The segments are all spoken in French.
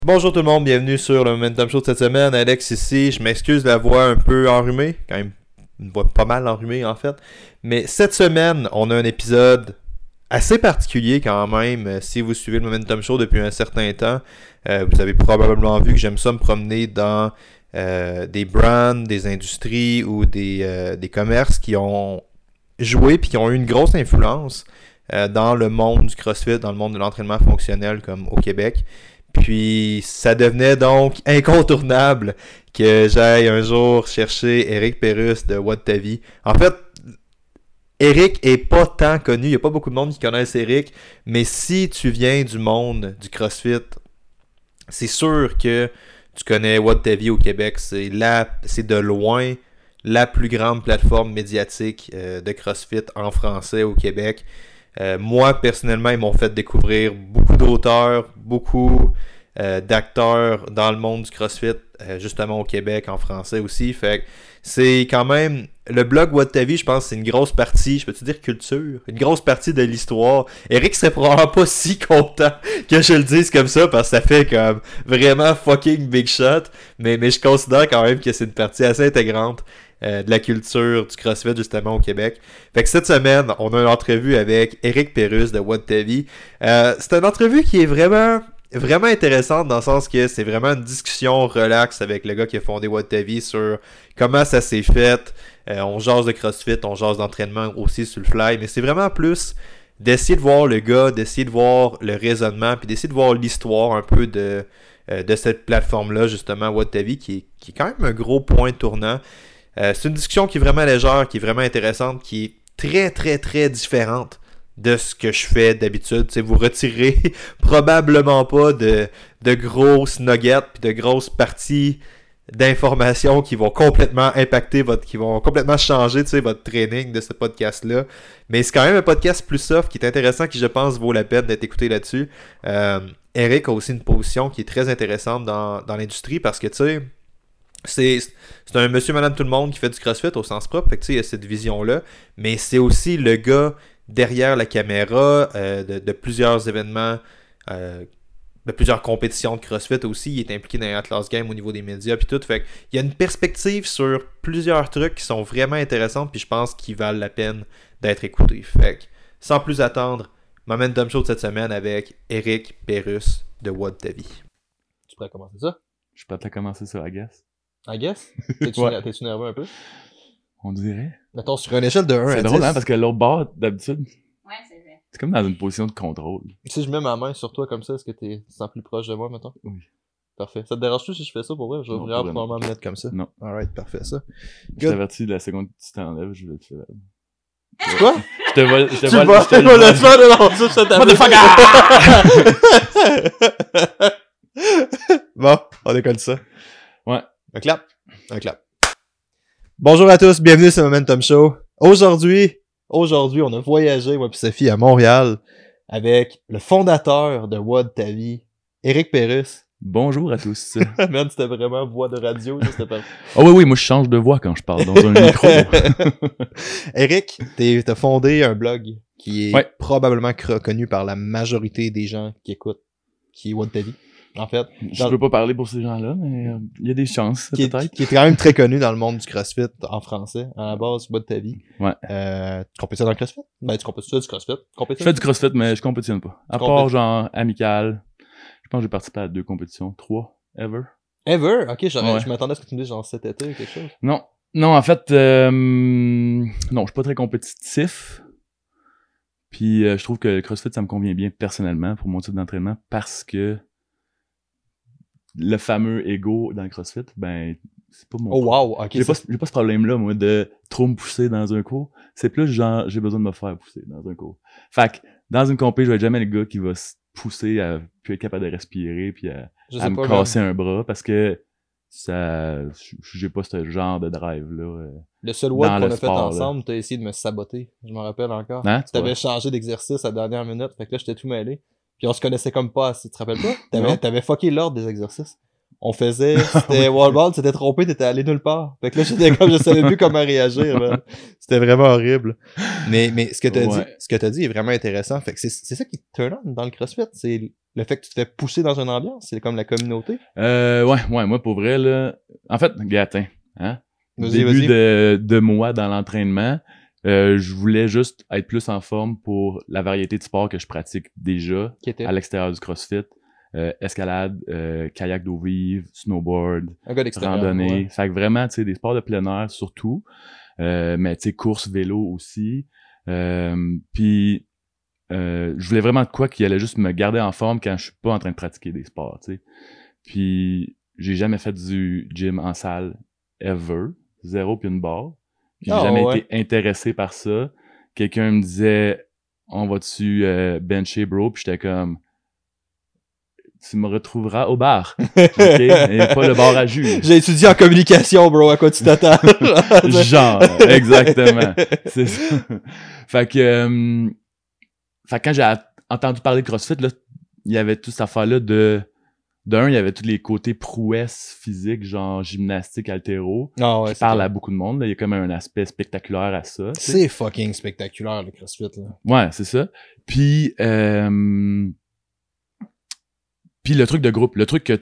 Bonjour tout le monde, bienvenue sur le Momentum Show de cette semaine. Alex ici, je m'excuse de la voix un peu enrhumée, quand même une voix pas mal enrhumée en fait. Mais cette semaine, on a un épisode assez particulier quand même. Si vous suivez le Momentum Show depuis un certain temps, vous avez probablement vu que j'aime ça me promener dans des brands, des industries ou des commerces qui ont joué puis qui ont eu une grosse influence dans le monde du CrossFit, dans le monde de l'entraînement fonctionnel comme au Québec. Puis ça devenait donc incontournable que j'aille un jour chercher Eric Perus de What Ta Vie. En fait, Eric est pas tant connu, il n'y a pas beaucoup de monde qui connaissent Eric, mais si tu viens du monde du CrossFit, c'est sûr que tu connais What Ta Vie au Québec. C'est de loin la plus grande plateforme médiatique de CrossFit en français au Québec. Moi, personnellement, ils m'ont fait découvrir beaucoup d'auteurs, beaucoup d'acteurs dans le monde du CrossFit, justement au Québec, en français aussi. Fait que c'est quand même... Le blog What Ta Vie, je pense, c'est une grosse partie, je peux te dire culture, une grosse partie de l'histoire. Eric serait probablement pas si content que je le dise comme ça, parce que ça fait comme vraiment fucking big shot. Mais je considère quand même que c'est une partie assez intégrante de la culture du CrossFit justement au Québec. Fait que cette semaine, on a une entrevue avec Eric Perus de What Ta Vie. C'est une entrevue qui est vraiment intéressante dans le sens que c'est vraiment une discussion relax avec le gars qui a fondé What Ta Vie sur comment ça s'est fait. On jase de CrossFit, on jase d'entraînement aussi sur le fly, mais c'est vraiment plus d'essayer de voir le gars, d'essayer de voir le raisonnement, puis d'essayer de voir l'histoire un peu de cette plateforme-là, justement, What Ta Vie, qui est quand même un gros point tournant. C'est une discussion qui est vraiment légère, qui est vraiment intéressante, qui est très, très, très différente de ce que je fais d'habitude. T'sais, vous retirez probablement pas de grosses nuggets puis de grosses parties d'informations qui vont complètement impacter qui vont complètement changer votre training de ce podcast-là. Mais c'est quand même un podcast plus soft qui est intéressant, qui je pense vaut la peine d'être écouté là-dessus. Eric a aussi une position qui est très intéressante dans l'industrie parce que tu sais, c'est un monsieur, madame, tout le monde qui fait du CrossFit au sens propre. Fait que tu sais, il y a cette vision-là. Mais c'est aussi le gars derrière la caméra de plusieurs événements, de plusieurs compétitions de CrossFit aussi. Il est impliqué dans les Atlas Games au niveau des médias puis tout. Fait que il y a une perspective sur plusieurs trucs qui sont vraiment intéressants puis je pense qu'ils valent la peine d'être écoutés. Fait que, sans plus attendre, Momentum Show de cette semaine avec Eric Perus de What Ta Vie. Tu pourrais commencer ça? Je suis prêt à commencer ça, I guess. I guess? T'es-tu Ouais. t'es-tu nerveux un peu? On dirait. Mettons, sur une échelle de 1 à 10. C'est drôle, hein, parce que l'autre bord, d'habitude, Ouais, c'est vrai. c'est comme dans une position de contrôle. Si je mets ma main sur toi comme ça, est-ce que tu te sens plus proche de moi, mettons? Oui. Parfait. Ça te dérange-tu si je fais ça pour vrai? Je vais Non, vraiment pas vraiment. probablement me mettre comme ça. Non. Alright, parfait, ça. Je t'avertis, de la seconde que tu t'enlèves, je vais te faire. C'est quoi? Je te vole, je te Tu vole, vas je te le le vole. faire de l'enjeu, je t'appelle. Bon, on décolle ça. Ouais. Un clap. Un clap. Bonjour à tous, bienvenue sur Momentum Show. Aujourd'hui, on a voyagé, moi et Sophie, à Montréal avec le fondateur de What Ta Vie, Eric Perus. Bonjour à tous. Man, c'était vraiment voix de radio, là, c'était parfait. Oh oui, moi je change de voix quand je parle dans un micro. Eric, t'as fondé un blog qui est Ouais. probablement connu par la majorité des gens qui écoutent, qui est What Ta Vie, en fait. Je peux pas parler pour ces gens-là, mais il y a des chances, Qui peut-être. est quand même très connu dans le monde du CrossFit en français, à la base, What Ta Vie. Ouais. Tu compétitions dans le CrossFit? Ben, tu compétitions du CrossFit. Je fais du CrossFit, mais je compétitionne pas. À part, genre, amical. Je pense que j'ai participé à 2 compétitions. 3, ever. Ever? Ok, Ouais. je m'attendais à ce que tu me dises genre cet été ou quelque chose. Non, en fait, non, je suis pas très compétitif. Puis je trouve que le CrossFit, ça me convient bien personnellement pour mon type d'entraînement parce que le fameux ego dans le CrossFit, ben, c'est pas mon... Oh wow, ok. J'ai pas ce problème-là, moi, de trop me pousser dans un cours. C'est plus genre, j'ai besoin de me faire pousser dans un cours. Fait que, dans une compé, je vais être jamais le gars qui va se pousser à plus être capable de respirer puis à me casser un bras parce que ça, j'ai pas ce genre de drive-là. Le seul WOD dans qu'on le a fait sport, ensemble, t'as essayé de me saboter. Je m'en rappelle encore. Hein? Tu t'avais changé d'exercice à la dernière minute, fait que là, j'étais tout mêlé. Puis on se connaissait comme pas assez, tu te rappelles pas? Non. T'avais fucké l'ordre des exercices. On faisait, c'était wallball, t'étais trompé, t'étais allé nulle part. Fait que là, j'étais comme, je savais plus comment réagir, man. C'était vraiment horrible. Mais ce que t'as dit est vraiment intéressant. Fait que c'est ça qui te turn on dans le CrossFit. C'est Le fait que tu te fais pousser dans une ambiance, c'est comme la communauté? Ouais, moi, pour vrai, là... En fait, Gatin, hein? Vas-y, Début vas-y. de moi dans l'entraînement, je voulais juste être plus en forme pour la variété de sports que je pratique déjà Qui était? à l'extérieur du CrossFit. Escalade, kayak d'eau vive, snowboard, Un gars d'extérieur, randonnée. ouais. Fait que vraiment, tu sais, des sports de plein air surtout. Mais tu sais, course, vélo aussi. Puis je voulais vraiment de quoi qui allait juste me garder en forme quand je suis pas en train de pratiquer des sports, tu sais. Puis j'ai jamais fait du gym en salle ever, zéro puis une barre. Puis j'ai jamais été intéressé par ça. Quelqu'un me disait on va-tu bencher bro, puis j'étais comme tu me retrouveras au bar. OK, et pas le bar à jus. J'ai étudié en communication, bro, à quoi tu t'attends? Genre, exactement. C'est ça. Fait que quand j'ai entendu parler de CrossFit, là, il y avait toute cette affaire-là d'un, il y avait tous les côtés prouesses physiques, genre gymnastique, haltéro, qui parle à beaucoup de monde. Là. Il y a comme un aspect spectaculaire à ça. C'est fucking spectaculaire, le CrossFit. Là. Ouais, c'est ça. Puis le truc de groupe, le truc que,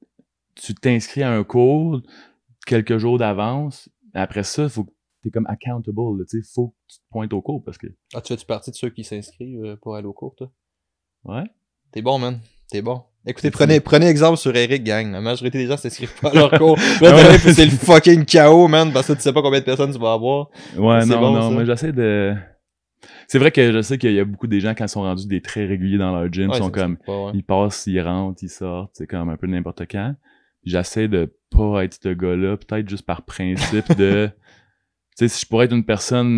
tu t'inscris à un cours quelques jours d'avance, après ça, faut que t'es comme accountable, tu sais, faut que tu te pointes au cours parce que... Ah, tu fais-tu partie de ceux qui s'inscrivent pour aller au cours, toi? Ouais. T'es bon, man. T'es bon. Écoutez, prenez exemple sur Eric, gang. La majorité des gens s'inscrivent pas à leur cours. Là, c'est le fucking chaos, man, parce que tu sais pas combien de personnes tu vas avoir. Ouais, non, mais j'essaie de... C'est vrai que je sais qu'il y a beaucoup des gens, quand ils sont rendus des très réguliers dans leur gym, sont comme... Ils passent, ils rentrent, ils sortent, c'est comme un peu n'importe quand. J'essaie de pas être ce gars-là, peut-être juste par principe de... Tu sais, si je pourrais être une personne...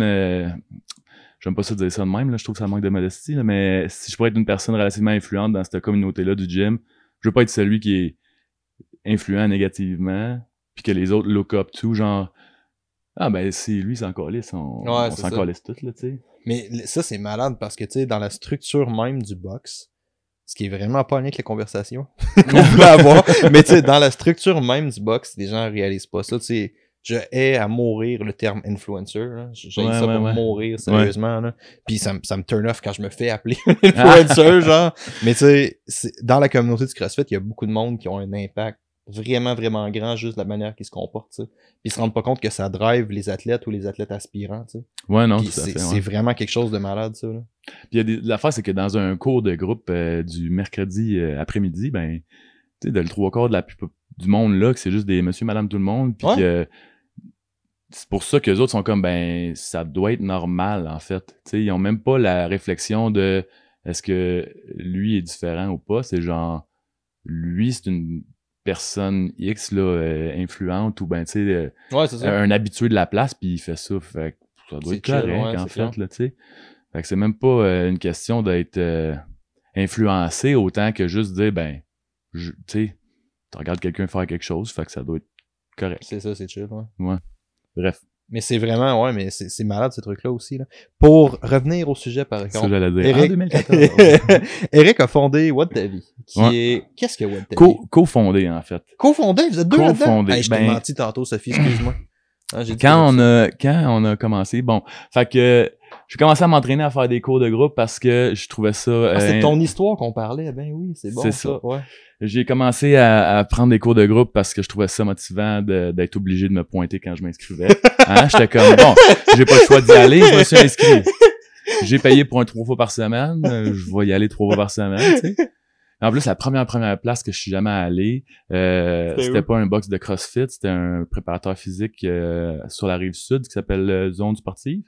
J'aime pas ça dire ça de même, là, je trouve que ça manque de modestie, là, mais si je pourrais être une personne relativement influente dans cette communauté-là du gym, je veux pas être celui qui est influent négativement, puis que les autres look up to, genre... Ah ben, c'est lui, c'est encore lisse, on s'en calisse tout, là, tu sais. Mais ça, c'est malade parce que, tu sais, dans la structure même du box, ce qui est vraiment pas en lien avec la conversation qu'on peut avoir, mais tu sais, dans la structure même du box, les gens réalisent pas ça, tu sais. Je hais à mourir le terme influencer, là. J'ai ça pour mourir, sérieusement, là. Puis ça me turn off quand je me fais appeler influencer, genre. Mais tu sais, dans la communauté du CrossFit, il y a beaucoup de monde qui ont un impact vraiment, vraiment grand, juste de la manière qu'ils se comportent, tu sais. Puis ils se rendent pas compte que ça drive les athlètes ou les athlètes aspirants, tu sais. Ouais, non, tout à fait. C'est vraiment quelque chose de malade, ça, là. Puis l'affaire, c'est que dans un cours de groupe du mercredi après-midi, ben, tu sais, de le 3/4 du monde là, que c'est juste des monsieur, madame, tout le monde, puis que c'est pour ça que les autres sont comme, ben, ça doit être normal, en fait. Tu sais, ils ont même pas la réflexion de est-ce que lui est différent ou pas. C'est genre, lui, c'est une personne X, là, influente, ou ben, tu sais, un habitué de la place, puis il fait ça. Fait que ça doit être correct, en fait, là, tu sais. Fait que c'est même pas une question d'être influencé autant que juste dire, ben, tu sais, tu regardes quelqu'un faire quelque chose, fait que ça doit être correct. C'est ça, c'est chill, ouais. Bref. Mais c'est vraiment, mais c'est malade ces trucs-là aussi, là. Pour revenir au sujet, par exemple. Ça, j'allais dire. Eric... En 2014. Eric a fondé What the Vie, qui est... Qu'est-ce que What the Vie? Co-fondé, en fait. Co-fondé? Vous êtes deux là-dedans? Co-fondé. Hey, je t'ai menti tantôt, Sophie, excuse-moi. Ah, quand on a commencé, bon, fait que j'ai commencé à m'entraîner à faire des cours de groupe parce que je trouvais ça... c'est ton histoire qu'on parlait, ben oui, c'est bon. C'est ça. Ouais. J'ai commencé à prendre des cours de groupe parce que je trouvais ça motivant d'être obligé de me pointer quand je m'inscrivais. Hein? J'étais comme, bon, j'ai pas le choix d'y aller, je me suis inscrit. J'ai payé pour un 3 fois par semaine, je vais y aller 3 fois par semaine, tu sais. En plus, la première place que je suis jamais allé, c'était pas un box de CrossFit, c'était un préparateur physique sur la rive sud qui s'appelle Zone Sportive.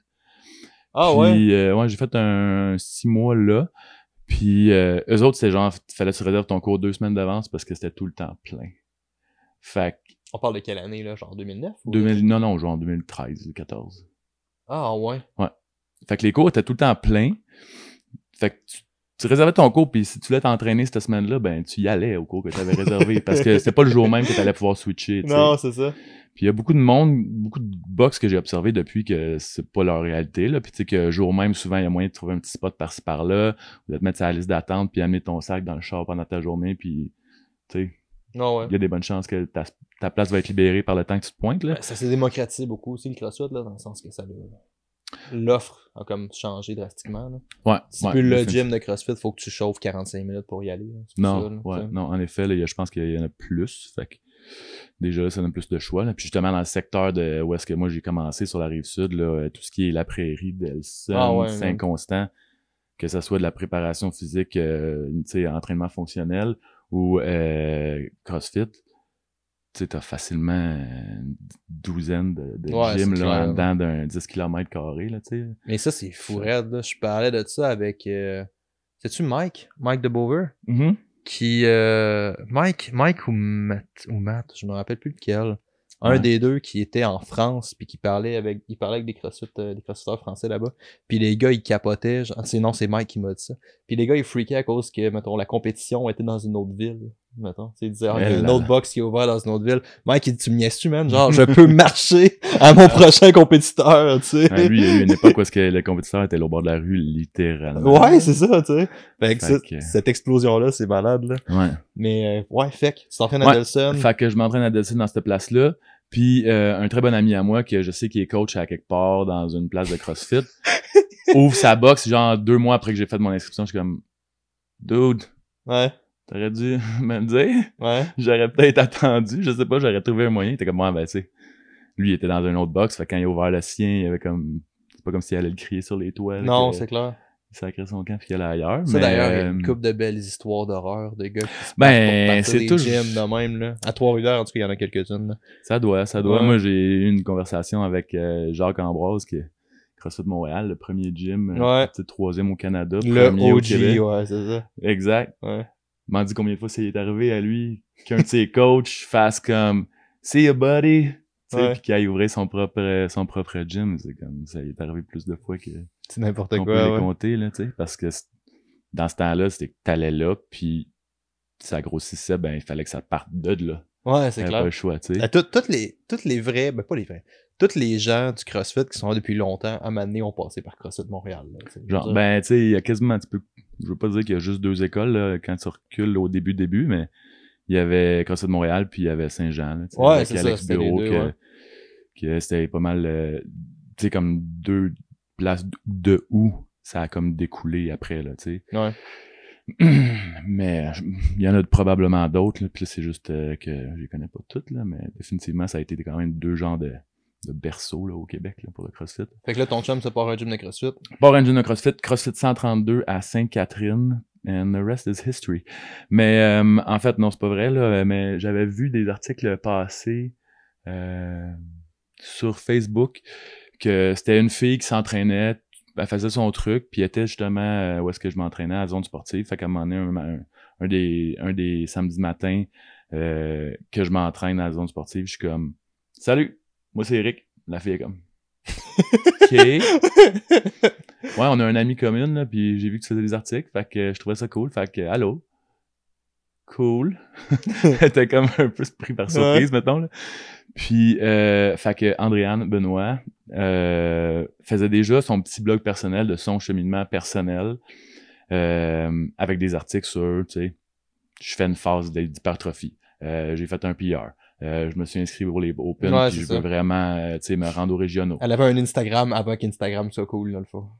Ah puis, ouais, j'ai fait un 6 mois là. Puis eux autres, c'est genre, fallait que tu réserves ton cours 2 semaines d'avance parce que c'était tout le temps plein. Fait que... On parle de quelle année, là? Genre 2009? Non, genre 2013, 2014. Ah ouais? Ouais. Fait que les cours étaient tout le temps pleins. Fait que tu réservais ton cours, puis si tu voulais t'entraîner cette semaine-là, ben tu y allais au cours que tu avais réservé. Parce que c'était pas le jour même que tu allais pouvoir switcher. T'sais. Non, c'est ça. Puis il y a beaucoup de monde, beaucoup de box que j'ai observé depuis que c'est pas leur réalité. Là. Puis tu sais que jour même, souvent, il y a moyen de trouver un petit spot par-ci par-là, ou de te mettre sur la liste d'attente, puis amener ton sac dans le char pendant ta journée, puis tu sais. Non, ouais. Il y a des bonnes chances que ta place va être libérée par le temps que tu te pointes. Là. Ouais, ça s'est démocratisé beaucoup aussi, le CrossFit, là, dans le sens que ça l'offre a comme changé drastiquement. Là. Ouais. C'est plus le gym de CrossFit, faut que tu chauffes 45 minutes pour y aller. Là. Non, non, en effet, là, je pense qu'il y en a plus. Fait que déjà, là, ça donne plus de choix. Là. Puis justement, dans le secteur de où est-ce que moi j'ai commencé sur la Rive-Sud, là, tout ce qui est la prairie, Delson, Saint-Constant, que ça soit de la préparation physique, tu sais, entraînement fonctionnel ou CrossFit, tu sais, t'as facilement une douzaine de gyms là, en dedans d'un 10 km², là, tu sais. Mais ça, c'est fou raide, là. Je parlais de ça avec... C'est-tu Mike de Bover? Mm-hmm. Qui... Mike ou Matt, je me rappelle plus lequel. Un des deux qui était en France puis qui parlait avec des crossfitteurs français là-bas. Puis les gars ils capotaient, c'est Mike qui m'a dit ça. Puis les gars ils freakaient à cause que mettons la compétition était dans une autre ville. Mettons, il disait il y a une autre box qui est ouverte dans une autre ville. Mike il dit tu me niaises-tu man, genre je peux marcher à mon prochain compétiteur, tu sais. Ouais, lui il y a eu une époque où est-ce que le compétiteur était au bord de la rue littéralement. Ouais, c'est ça, tu sais. Fait que cette explosion là, c'est malade là. Ouais. Mais fait que tu t'entraînes à Delson. Fait que je m'entraîne à Delson dans cette place-là. Puis un très bon ami à moi que je sais qu'il est coach à quelque part dans une place de CrossFit ouvre sa box genre 2 mois après que j'ai fait mon inscription. Je suis comme dude, t'aurais dû me le dire. J'aurais peut-être attendu, je sais pas, j'aurais trouvé un moyen. Il était comme moi, ben tu sais, lui il était dans une autre box. Fait que quand il a ouvert le sien, il y avait comme, c'est pas comme s'il allait le crier sur les toits. Non, c'est clair. Il sacrait son camp puis il allait ailleurs. Ça, d'ailleurs, il y a une couple de belles histoires d'horreur de gars qui se battent pour partir des gyms de même, là. À Trois-Rivières, en tout cas, il y en a quelques-unes, là. Ça doit. Ouais. Moi, j'ai eu une conversation avec Jacques Ambroise, qui est CrossFit Montréal, le premier gym, peut-être 3e au Canada, le premier OG, au Québec. ouais, c'est ça. Exact. Ouais. Il m'a dit combien de fois ça y est arrivé à lui, qu'un de ses coachs fasse comme « See you, buddy », puis qu'il aille ouvrir son propre gym. C'est comme, ça y est arrivé plus de fois que... C'est n'importe quoi, on peut les compter, là, tu sais, parce que dans ce temps-là, c'était que t'allais là, puis ça grossissait, ben, il fallait que ça parte de là. Ouais, c'est clair. Pas le choix, tu sais. Toutes les vrais, ben pas les vrais, tous les gens du CrossFit qui sont là depuis longtemps, à un moment donné, ont passé par CrossFit Montréal, là, genre, ben, tu sais, il y a quasiment un petit peu, je veux pas dire qu'il y a juste 2 écoles, là, quand tu recules au début, mais il y avait CrossFit Montréal, puis il y avait Saint-Jean, là, ouais, avec c'est Alex ça, Bureau, que c'était pas mal, tu sais, comme 2 places de où ça a comme découlé après, là, tu sais. Ouais. Mais il y en a probablement d'autres, là, puis là, c'est juste que je les connais pas toutes, là, mais définitivement, ça a été quand même 2 genres de berceaux, là, au Québec, là, pour le CrossFit. Fait que là, ton chum, c'est pas un gym de CrossFit? Pas un gym de CrossFit 132 à Sainte-Catherine, and the rest is history. Mais en fait, non, c'est pas vrai, là, mais j'avais vu des articles passer sur Facebook que c'était une fille qui s'entraînait, elle faisait son truc, puis elle était justement où est-ce que je m'entraînais à la zone sportive. Fait qu'à un moment donné, un des samedis matins que je m'entraîne à la zone sportive, je suis comme « Salut, moi c'est Eric. » La fille est comme « OK. » Ouais, on a un ami commun, là, puis j'ai vu que tu faisais des articles, fait que je trouvais ça cool. Fait que « Allô? » Cool. Elle était comme un peu pris par surprise, mettons, là. Puis, fait que Andréane Benoît faisait déjà son petit blog personnel de son cheminement personnel avec des articles sur, tu sais, je fais une phase d'hypertrophie, j'ai fait un PR, je me suis inscrit pour les Open, puis je veux vraiment, tu sais, me rendre aux régionaux. Elle avait un Instagram avant qu'Instagram soit cool, dans le fond.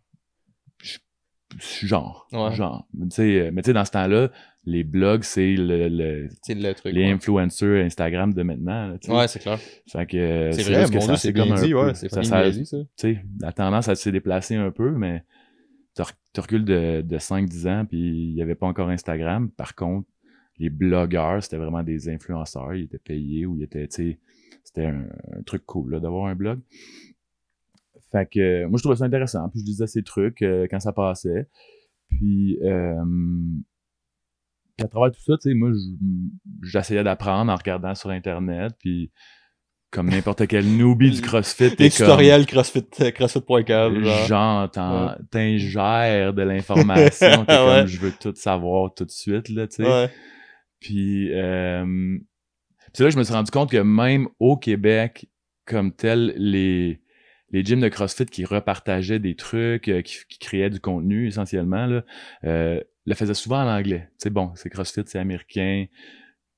Genre, tu sais, mais tu sais, dans ce temps-là, les blogs, c'est le truc, les influencers Instagram de maintenant, là, ouais, c'est clair. Fait que c'est vrai, bon, c'est comme dit, ouais, c'est ça, ça. Tu sais, la tendance, elle s'est déplacée un peu, mais tu recules de 5-10 ans, puis il y avait pas encore Instagram. Par contre, les blogueurs, c'était vraiment des influenceurs, ils étaient payés ou ils étaient, tu sais, c'était un truc cool, là, d'avoir un blog. Fait que moi, je trouvais ça intéressant. Puis je lisais ces trucs quand ça passait. Puis à travers tout ça, tu sais, moi, j'essayais d'apprendre en regardant sur Internet. Puis comme n'importe quel newbie du CrossFit. Des tutoriels CrossFit.com. Genre, t'ingères de l'information. T'es comme, je veux tout savoir tout de suite, là, tu sais. Ouais. Puis c'est là que je me suis rendu compte que même au Québec, comme tel, les gyms de CrossFit qui repartageaient des trucs, qui créaient du contenu essentiellement, là, le faisaient souvent en anglais. Tu sais, bon, c'est CrossFit, c'est américain.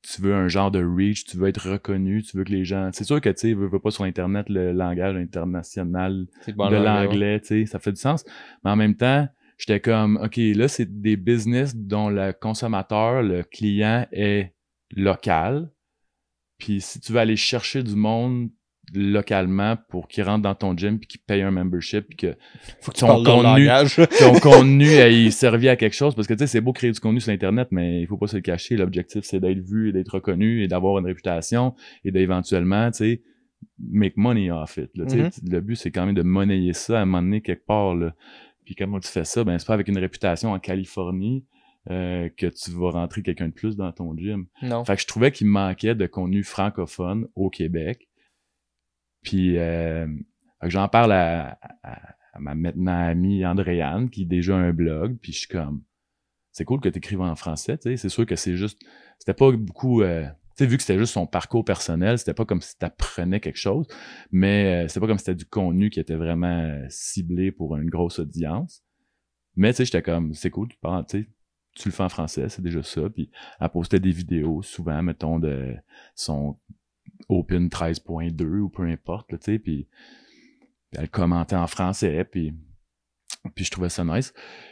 tu veux un genre de reach, tu veux être reconnu, tu veux que les gens... C'est sûr que, tu sais, veux pas sur Internet le langage international de l'anglais, tu sais, ça fait du sens. Mais en même temps, j'étais comme, OK, là, c'est des business dont le consommateur, le client est local. Puis si tu veux aller chercher du monde localement pour qu'ils rentrent dans ton gym puis qu'ils payent un membership puis que faut que ton contenu ait servi à quelque chose, parce que tu sais, c'est beau créer du contenu sur Internet, mais il faut pas se le cacher, l'objectif c'est d'être vu et d'être reconnu et d'avoir une réputation et d'éventuellement, tu sais, make money off it, là, le but c'est quand même de monnayer ça à un moment donné quelque part, là. Puis comment tu fais ça, ben c'est pas avec une réputation en Californie que tu vas rentrer quelqu'un de plus dans ton gym. Non. Fait que je trouvais qu'il me manquait de contenu francophone au Québec. Puis j'en parle à ma maintenant amie Andréane, qui a déjà un blog, puis je suis comme, c'est cool que tu écrives en français, tu sais, c'est sûr que c'était pas beaucoup, tu sais, vu que c'était juste son parcours personnel, c'était pas comme si t'apprenais quelque chose, mais c'était pas comme si c'était du contenu qui était vraiment ciblé pour une grosse audience. Mais tu sais, j'étais comme, c'est cool, tu le fais en français, c'est déjà ça, puis elle postait des vidéos, souvent, mettons, de son Open 13.2 ou peu importe, tu sais, puis elle commentait en français, puis je trouvais ça nice.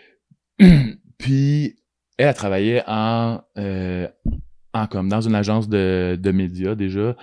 Puis elle a travaillé comme dans une agence de médias déjà.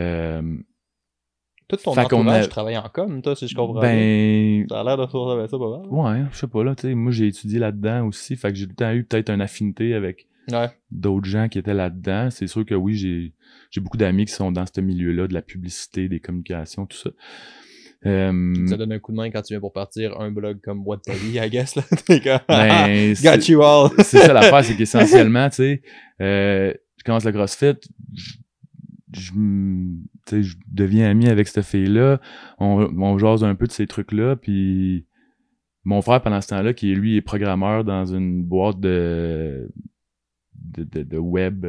Tout ton entourage travaille en com, toi, si je comprends bien. Ça a l'air de faire ça pas mal. Ouais, je sais pas, là, tu sais, moi j'ai étudié là-dedans aussi, fait que j'ai tout le temps eu peut-être une affinité avec d'autres gens qui étaient là-dedans. C'est sûr que oui, j'ai beaucoup d'amis qui sont dans ce milieu-là, de la publicité, des communications, tout ça. Ça donne un coup de main quand tu viens pour partir un blog comme What the Vie, I guess, là. Ben, got you all. C'est ça l'affaire, c'est qu'essentiellement, tu sais, je commence le CrossFit, je deviens ami avec cette fille-là, on jase un peu de ces trucs-là, puis mon frère, pendant ce temps-là, qui lui est programmeur dans une boîte de web,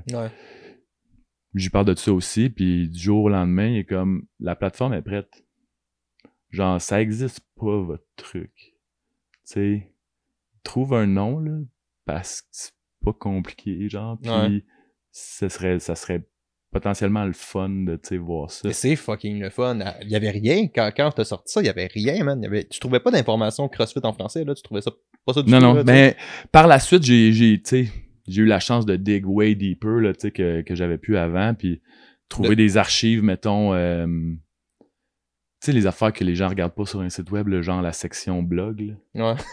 j'y parle de tout ça aussi, puis du jour au lendemain, il est comme, la plateforme est prête. Genre, ça existe pas, votre truc. Tu sais, trouve un nom, là, parce que c'est pas compliqué, genre, puis ça serait potentiellement le fun de, tu sais, voir ça. Mais c'est fucking le fun. Il y avait rien. Quand t'as sorti ça, il y avait rien, man. Tu trouvais pas d'informations CrossFit en français, là. Tu trouvais ça pas ça du tout. Non, là, mais par la suite, j'ai eu la chance de dig way deeper, là, tu sais, que j'avais pu avant, puis trouver des archives, mettons, tu sais, les affaires que les gens regardent pas sur un site web, le genre la section blog, là. Ouais.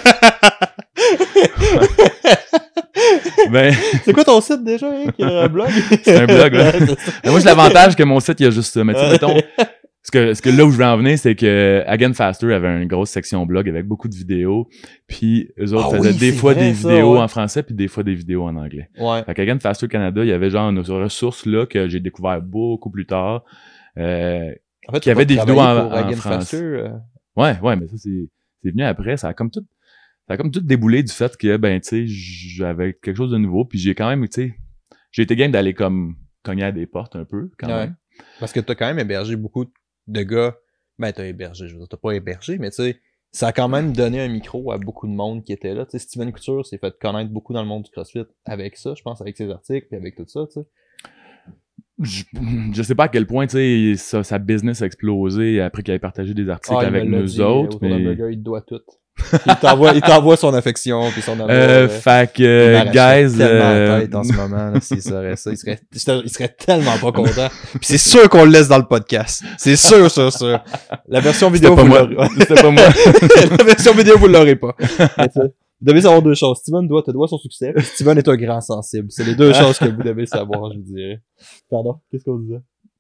Ben... C'est quoi ton site déjà, hein, qui est un blog? C'est un blog, là. Mais moi, j'ai l'avantage que mon site, il y a juste ça. Mais tu sais, mettons, ce que là où je veux en venir, c'est que Again Faster avait une grosse section blog avec beaucoup de vidéos. Puis eux autres faisaient des fois des vidéos en français, puis des fois des vidéos en anglais. Ouais. Fait qu'Again Faster Canada, il y avait genre une ressource là que j'ai découvert beaucoup plus tard. En fait, qui avait des vidéos en français. Ouais, mais ça, c'est venu après. Ça a comme tout déboulé du fait que, ben, tu sais, j'avais quelque chose de nouveau, puis j'ai quand même, tu sais, j'ai été game d'aller comme cogner à des portes un peu, quand même. Parce que t'as quand même hébergé beaucoup de gars. Ben, t'as hébergé, je veux dire, t'as pas hébergé, mais tu sais, ça a quand même donné un micro à beaucoup de monde qui était là. Tu sais, Steven Couture s'est fait connaître beaucoup dans le monde du CrossFit avec ça, je pense, avec ses articles, puis avec tout ça, tu sais. Je sais pas à quel point, tu sais, sa business a explosé après qu'il ait partagé des articles avec nous autres. Mais... il te doit tout. Il t'envoie son affection puis son amour. Fait que, guys, tellement en tête en ce moment, là, s'il saurait ça. Il serait tellement pas content. Puis c'est sûr qu'on le laisse dans le podcast. C'est sûr. La version vidéo, vous l'aurez pas. C'était pas moi. La version vidéo, vous l'aurez pas. Vous devez savoir deux choses. Steven te doit son succès. Steven est un grand sensible. C'est les deux choses que vous devez savoir, je vous dirais. Pardon, qu'est-ce qu'on disait?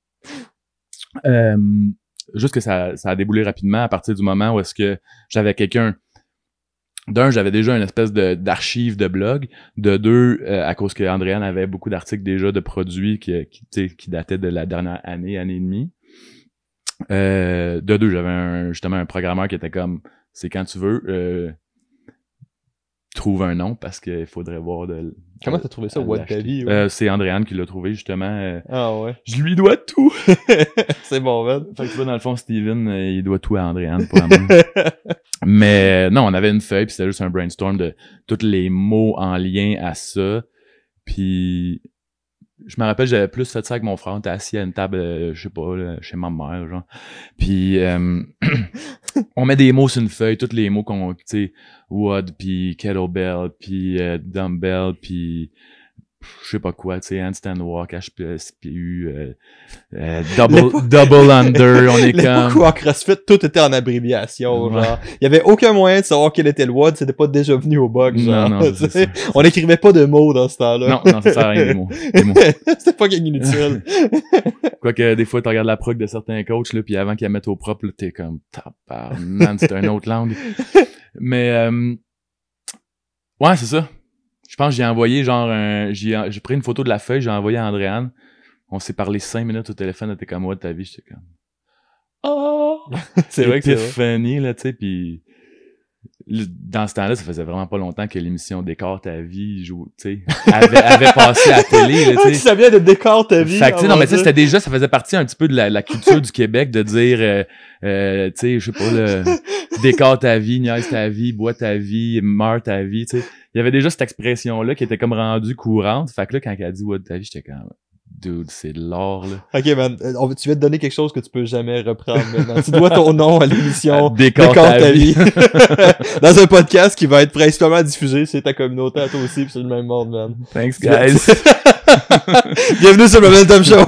Juste que ça a déboulé rapidement à partir du moment où est-ce que j'avais quelqu'un. D'un, j'avais déjà une espèce d'archive de blog. De deux, à cause que Andréane avait beaucoup d'articles déjà de produits qui dataient de la dernière année et demie. De deux, j'avais justement un programmeur qui était comme, c'est quand tu veux, trouve un nom parce qu'il faudrait voir de... Comment t'as trouvé ça, What the Vie? C'est Andréane qui l'a trouvé, justement. Ah ouais. Je lui dois tout! C'est bon, man. Fait que tu vois, dans le fond, Steven, il doit tout à Andréane pour la même. Mais non, on avait une feuille, puis c'était juste un brainstorm de tous les mots en lien à ça. Puis je me rappelle, j'avais plus fait ça avec mon frère. On était assis à une table, je sais pas, là, chez ma mère, genre. Puis, on met des mots sur une feuille, tous les mots qu'on, tu sais, wood, puis kettlebell, puis dumbbell, puis je sais pas quoi, tu sais, handstand walk, HPSPU, double under, on est comme... Beaucoup en CrossFit, tout était en abréviation, genre. Il y avait aucun moyen de savoir quel était le WOD, c'était pas déjà venu au box, genre. Non, c'est on écrivait pas de mots dans ce temps-là. Non, ça sert à rien, des mots. C'était pas inutile. Quoique, des fois, tu regardes la prog de certains coachs, là, puis avant qu'ils la mettent au propre, là, t'es comme, man, c'est une autre langue. Mais, ouais, c'est ça. Je pense que j'ai envoyé genre j'ai pris une photo de la feuille, j'ai envoyé à Andréane. On s'est parlé 5 minutes au téléphone, elle était comme moi de ta vie, j'étais comme oh! C'est vrai que c'est vrai. Funny là, tu sais, puis dans ce temps-là, ça faisait vraiment pas longtemps que l'émission Décore ta vie, tu sais, avait passé à la télé, là, tu sais. Ça vient de Décore ta vie. Fait que, tu sais, non, mais tu sais, c'était déjà, ça faisait partie un petit peu de la culture du Québec de dire, tu sais, je sais pas, décore ta vie, niaise ta vie, bois ta vie, meurs ta vie, tu sais. Il y avait déjà cette expression-là qui était comme rendue courante. Fait que là, quand elle a dit bois ta vie, j'étais comme, dude, c'est de l'or, là. Ok, man, tu vas te donner quelque chose que tu peux jamais reprendre maintenant. Tu dois ton nom à l'émission Décore ta vie. Dans un podcast qui va être principalement diffusé, c'est ta communauté à toi aussi, pis c'est le même monde, man. Thanks, guys. Bienvenue sur le Momentum Show.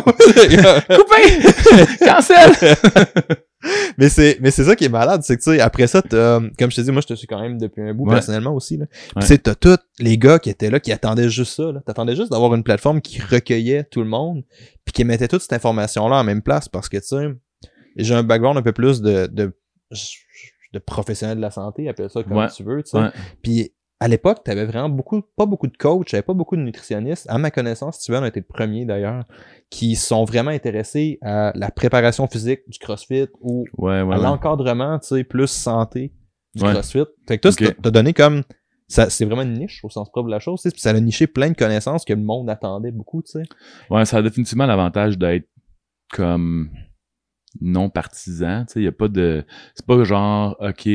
Coupé! Cancel! Mais c'est ça qui est malade, c'est que tu sais, après ça, comme je te dis, moi je te suis quand même depuis un bout personnellement aussi, là. Pis tu sais, t'as tous les gars qui étaient là, qui attendaient juste ça, là. T'attendais juste d'avoir une plateforme qui recueillait tout le monde, puis qui mettait toute cette information-là en même place, parce que tu sais, j'ai un background un peu plus de professionnel de la santé, appelle ça comme tu veux, tu sais. Puis à l'époque, t'avais vraiment pas beaucoup de coachs, t'avais pas beaucoup de nutritionnistes. À ma connaissance, Steven a été le premier d'ailleurs, qui sont vraiment intéressés à la préparation physique du CrossFit ou à l'encadrement, tu sais, plus santé du CrossFit. Fait que toi, t'as donné comme, ça, c'est vraiment une niche au sens propre de la chose, tu sais, puis ça a niché plein de connaissances que le monde attendait beaucoup, tu sais. Ouais, ça a définitivement l'avantage d'être comme non partisan, tu sais, y a pas de, c'est pas genre, ok,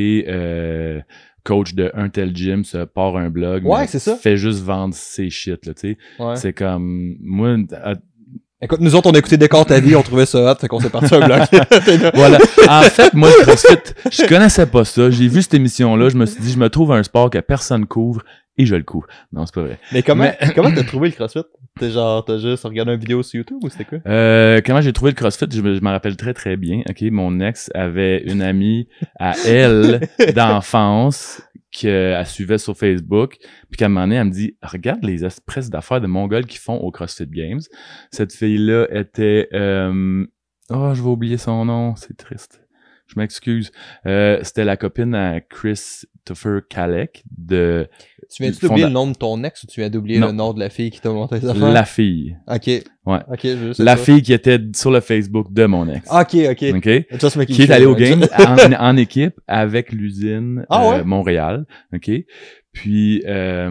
coach de un tel gym se part un blog, mais c'est ça. Fait juste vendre ses shit, là, tu sais. C'est comme, moi, écoute, nous autres, on a écouté Décore ta vie, on trouvait ça hot, fait qu'on s'est parti un blog. Voilà. En fait, moi, le CrossFit, je connaissais pas ça. J'ai vu cette émission-là, je me suis dit, je me trouve un sport que personne couvre et je le couvre. Non, c'est pas vrai. Mais comment t'as trouvé le CrossFit? T'as juste regardé une vidéo sur YouTube ou c'était quoi? Comment j'ai trouvé le CrossFit, je m'en rappelle très très bien. Ok, mon ex avait une amie à elle d'enfance qu'elle suivait sur Facebook, puis qu'à un moment donné, elle me dit « Regarde les espèces d'affaires de Mongols qui font au CrossFit Games. » Cette fille-là était... Oh, je vais oublier son nom, c'est triste. Je m'excuse. C'était la copine à Christopher Kalec de... Tu viens-tu d'oublier le nom de ton ex ou tu viens d'oublier le nom de la fille qui t'a monté les affaires? La fille. OK. Ouais. OK, la fille qui était sur le Facebook de mon ex. OK. Qui est allée au game en équipe avec l'usine Montréal. OK. Puis, fait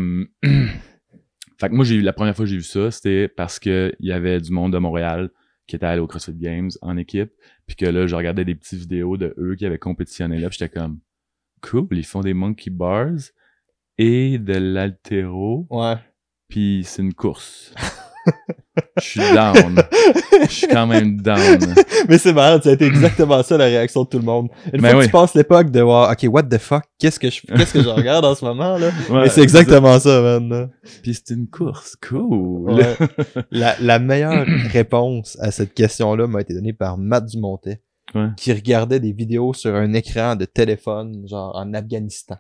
que moi, la première fois que j'ai vu ça, c'était parce que il y avait du monde de Montréal qui était allé au CrossFit Games en équipe, puis que là, je regardais des petites vidéos de eux qui avaient compétitionné là, puis j'étais comme, cool, ils font des monkey bars et de l'haltéro. Ouais. Puis c'est une course. Je suis down. Je suis quand même down. Mais c'est marrant, ça a été exactement ça la réaction de tout le monde. Une fois que tu passes l'époque de voir, ok, what the fuck, qu'est-ce que je regarde en ce moment, là? Mais c'est exactement ça, man. Puis c'est une course, cool. Ouais. La meilleure réponse à cette question-là m'a été donnée par Matt Dumontet, qui regardait des vidéos sur un écran de téléphone, genre en Afghanistan.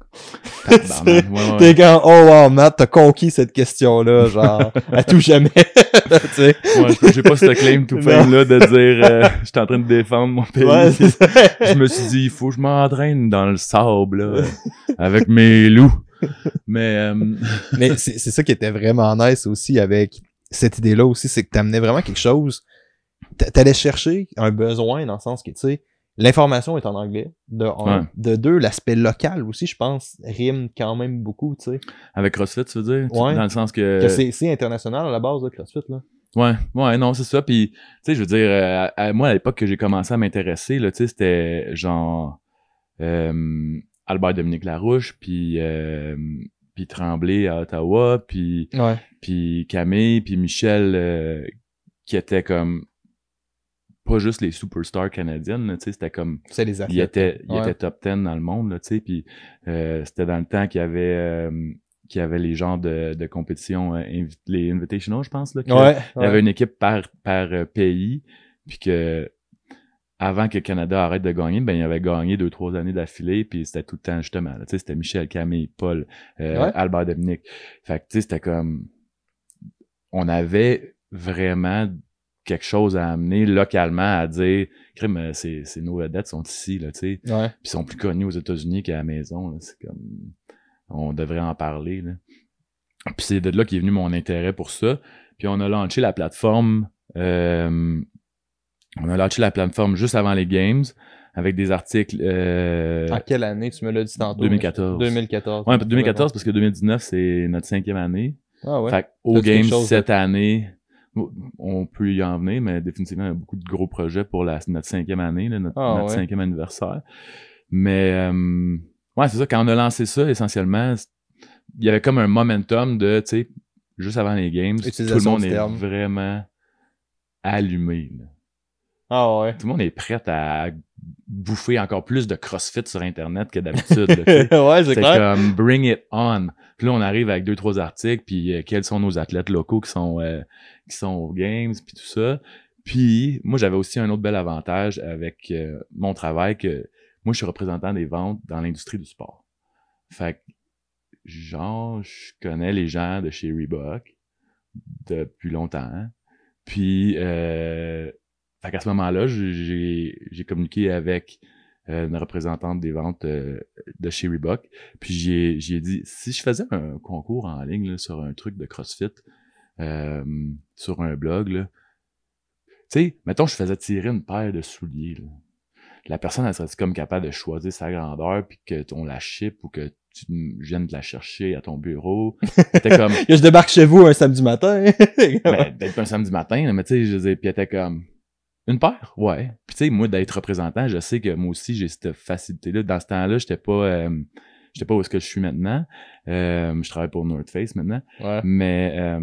T'es quand, oh wow, Matt, t'as conquis cette question-là, genre, à tout jamais. Tu sais. J'ai pas ce claim to fame là de dire, je suis en train de défendre mon pays. Ouais, c'est ça. Je me suis dit, il faut que je m'entraîne dans le sable, là, avec mes loups. Mais c'est ça qui était vraiment nice aussi avec cette idée-là aussi, c'est que t'amenais vraiment quelque chose, t'allais chercher un besoin dans le sens que, tu sais, l'information est en anglais, de un. De deux, l'aspect local aussi, je pense, rime quand même beaucoup, tu sais. Avec CrossFit, tu veux dire? Ouais. Dans le sens que c'est international à la base, de CrossFit, là. Ouais, non, c'est ça. Puis, tu sais, je veux dire, moi, à l'époque que j'ai commencé à m'intéresser, là, tu sais, c'était genre Albert Dominique Larouche, puis puis Tremblay à Ottawa, puis Camille, puis Michel, qui étaient comme pas juste les superstars canadiennes, tu sais, c'était comme c'est les athlètes. Il était top 10 dans le monde, là, tu sais, puis c'était dans le temps qu'il y avait les genres de compétitions, les Invitational, je pense, là, il y avait une équipe par pays, puis que avant que le Canada arrête de gagner, ben il avait gagné 2-3 années d'affilée, puis c'était tout le temps justement, là, tu sais, c'était Michel, Camille, Paul, Albert Dominique. Fait que tu sais, c'était comme on avait vraiment quelque chose à amener localement, à dire crime, nos vedettes sont ici, là, tu sais. Puis ils sont plus connus aux États-Unis qu'à la maison, là. C'est comme on devrait en parler, là. Puis c'est de là qu'est venu mon intérêt pour ça. Puis on a lancé la plateforme juste avant les games avec des articles en quelle année tu me l'as dit tantôt? 2014. 2014. Ouais, 2014 parce que 2019 c'est notre 5e année. Ah ouais. Fait aux games cette année, on peut y en venir, mais définitivement, il y a beaucoup de gros projets pour notre 5e année, là, notre 5e anniversaire. Mais, ouais, c'est ça, quand on a lancé ça, essentiellement, il y avait comme un momentum de, tu sais, juste avant les games, tout le monde est vraiment allumé, là. Ah ouais. Tout le monde est prêt à bouffer encore plus de CrossFit sur Internet que d'habitude. Ouais, c'est clair. Comme bring it on. Puis là, on arrive avec 2-3 articles, puis quels sont nos athlètes locaux qui sont aux games, puis tout ça. Puis moi, j'avais aussi un autre bel avantage avec mon travail que moi, je suis représentant des ventes dans l'industrie du sport. Fait que, genre, je connais les gens de chez Reebok depuis longtemps. Puis fait qu'à ce moment-là, j'ai communiqué avec une représentante des ventes de chez Reebok. Puis j'ai dit, si je faisais un concours en ligne là, sur un truc de CrossFit, sur un blog, là, tu sais, mettons, je faisais tirer une paire de souliers. Là. La personne, elle serait comme capable de choisir sa grandeur, puis que on la ship ou que tu viennes de la chercher à ton bureau. C'était comme... je débarque chez vous un samedi matin. Ben, peut-être pas un samedi matin, là, mais tu sais, je disais, puis elle était comme... Une paire? Ouais. Puis tu sais, moi, d'être représentant, je sais que moi aussi, j'ai cette facilité-là. Dans ce temps-là, j'étais pas où est-ce que je suis maintenant. Je travaille pour North Face maintenant. Ouais. Mais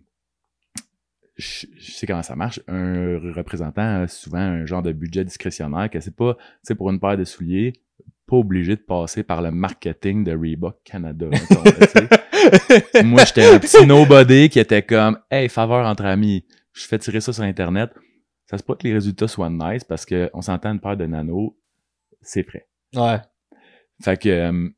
je sais comment ça marche. Un représentant a souvent un genre de budget discrétionnaire que c'est pas, tu sais, pour une paire de souliers, pas obligé de passer par le marketing de Reebok Canada. Moi, j'étais un petit nobody qui était comme, hey, faveur entre amis, je fais tirer ça sur Internet. Ça se peut que les résultats soient nice parce que on s'entend une paire de nano, c'est frais. Ouais. Fait que,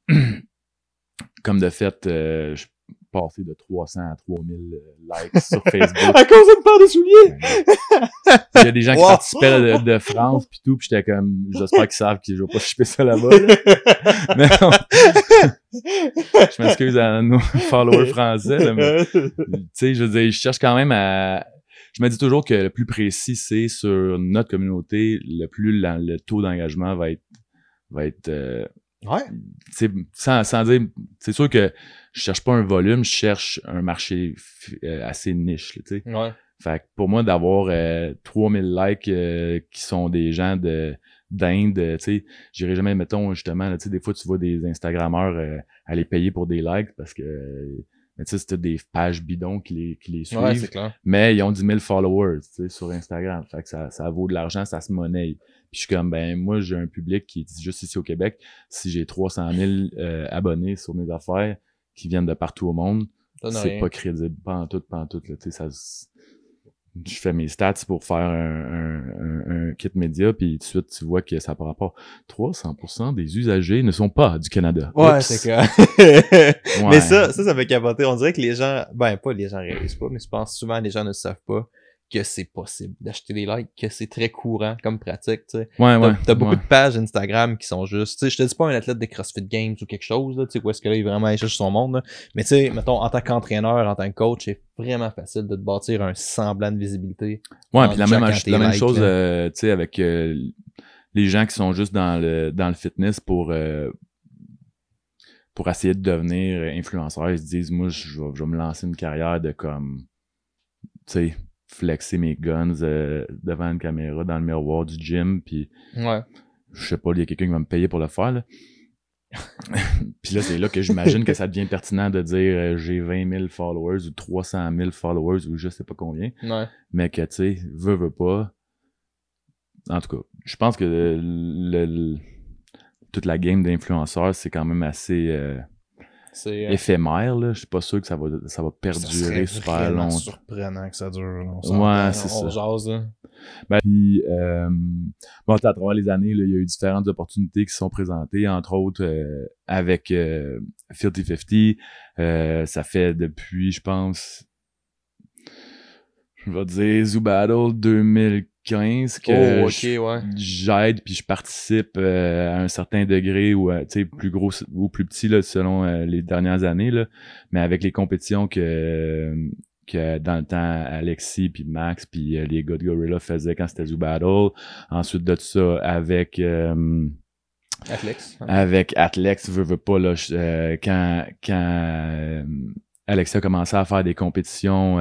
comme de fait, je passé de 300 à 3000 likes sur Facebook. À cause d'une paire de souliers! Il y a des gens qui participaient de France pis tout, pis j'étais comme, j'espère qu'ils savent que je vais pas shipper ça là-bas. Là. Mais non. Je m'excuse à nos followers français, là, mais tu sais, je veux dire, je cherche quand même à... Je me dis toujours que le plus précis, c'est sur notre communauté, le taux d'engagement va être ouais. Sans dire, c'est sûr que je cherche pas un volume, je cherche un marché assez niche, tu sais. Ouais. Fait que pour moi, d'avoir 3000 likes qui sont des gens d'Inde, tu sais, j'irai jamais, mettons, justement, tu sais, des fois, tu vois des Instagrammeurs aller payer pour des likes parce que mais tu sais, c'était des pages bidons qui les suivent. Ouais, c'est clair. Mais ils ont 10 000 followers, tu sais, sur Instagram. Fait que ça vaut de l'argent, ça se monnaie. Puis je suis comme, ben, moi, j'ai un public qui est juste ici au Québec. Si j'ai 300 000 abonnés sur mes affaires qui viennent de partout au monde, c'est pas crédible. Pas en tout, là. Tu sais, ça... Je fais mes stats pour faire un kit média, puis tout de suite, tu vois que ça par rapport 300% des usagers ne sont pas du Canada. Ouais, Oups. c'est clair. Ouais. Mais ça fait capoter. On dirait que les gens, ben, pas les gens réalisent pas, mais je pense souvent les gens ne savent pas que c'est possible d'acheter des likes, que c'est très courant comme pratique, tu sais. Ouais, t'as beaucoup de pages Instagram qui sont juste, tu sais, je te dis pas un athlète de CrossFit Games ou quelque chose, là, tu sais, où est-ce que là, il est vraiment allé chercher son monde, là. Mais tu sais, mettons, en tant qu'entraîneur, en tant que coach, c'est vraiment facile de te bâtir un semblant de visibilité. Ouais, puis la même chose, tu sais, avec les gens qui sont juste dans le fitness pour essayer de devenir influenceur, ils se disent, moi, je vais me lancer une carrière de comme, tu sais, flexer mes guns devant une caméra dans le miroir du gym, puis ouais. je sais pas, il y a quelqu'un qui va me payer pour le faire, là. Puis là, c'est là que j'imagine que ça devient pertinent de dire j'ai 20 000 followers ou 300 000 followers ou je sais pas combien. Ouais. Mais que, tu sais, veux pas. En tout cas, je pense que toute la game d'influenceurs, c'est quand même assez éphémère, là. Je suis pas sûr que ça va perdurer super longtemps. C'est surprenant que ça dure. Ouais, c'est ça. On jase, là. Puis, bon, à travers les années, là, il y a eu différentes opportunités qui se sont présentées, entre autres avec Filthy 50. Ça fait depuis, je pense, je vais dire Zoo Battle 2015 que j'aide puis je participe à un certain degré ou tu sais plus gros ou plus petit là selon les dernières années là, mais avec les compétitions que dans le temps Alexis puis Max puis les gars de Gorilla faisaient quand c'était Zoo Battle. Ensuite de ça avec Atlex. Avec Atlex, veux pas là quand Alexis a commencé à faire des compétitions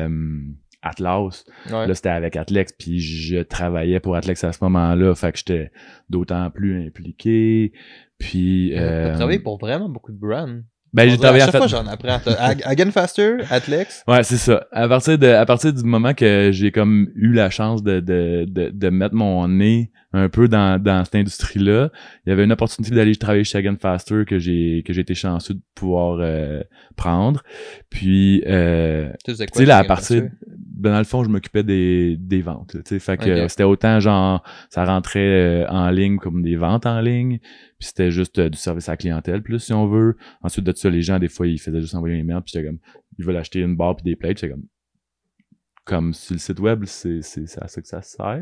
Atlas, là c'était avec Atlex puis je travaillais pour Atlex à ce moment-là, fait que j'étais d'autant plus impliqué. Puis t'as travaillé pour vraiment beaucoup de brands. Ben, j'ai travaillé à chaque fois j'en apprends. Again Faster, Atlex. Ouais, c'est ça. À partir du moment que j'ai comme eu la chance de mettre mon nez un peu dans cette industrie-là, il y avait une opportunité d'aller travailler chez Again Faster que j'ai été chanceux de pouvoir prendre. Puis tu sais là à partir dans le fond, je m'occupais des ventes, tu sais, fait que c'était autant genre ça rentrait en ligne comme des ventes en ligne, puis c'était juste du service à la clientèle plus si on veut. Ensuite de ça, les gens des fois ils faisaient juste envoyer un email puis j'étais comme ils veulent acheter une barre puis des plates, j'étais comme sur le site web, c'est à ça que ça sert.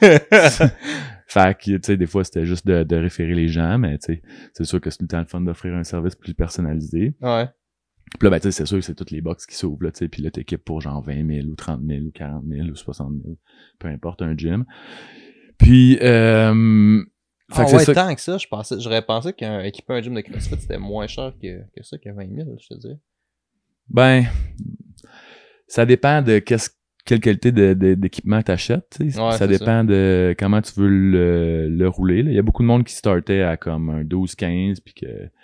Fait que, tu sais, des fois, c'était juste de référer les gens, mais tu sais, c'est sûr que c'est tout le temps le fun d'offrir un service plus personnalisé. Ouais. Puis là, ben, tu sais, c'est sûr que c'est toutes les box qui s'ouvrent, là, tu sais, puis là, t'équipes pour genre 20 000 ou 30 000 ou 40 000 ou 60 000, peu importe, un gym. Puis, fait que ouais, c'est tant que ça, j'aurais pensé qu'équiper un gym de CrossFit, c'était moins cher que ça, que 20 000, je te dis. Ben, ça dépend de quelle qualité d'équipement t'achètes, tu sais. Ouais, ça dépend de comment tu veux le rouler, là. Il y a beaucoup de monde qui startait à comme un 12-15 puis que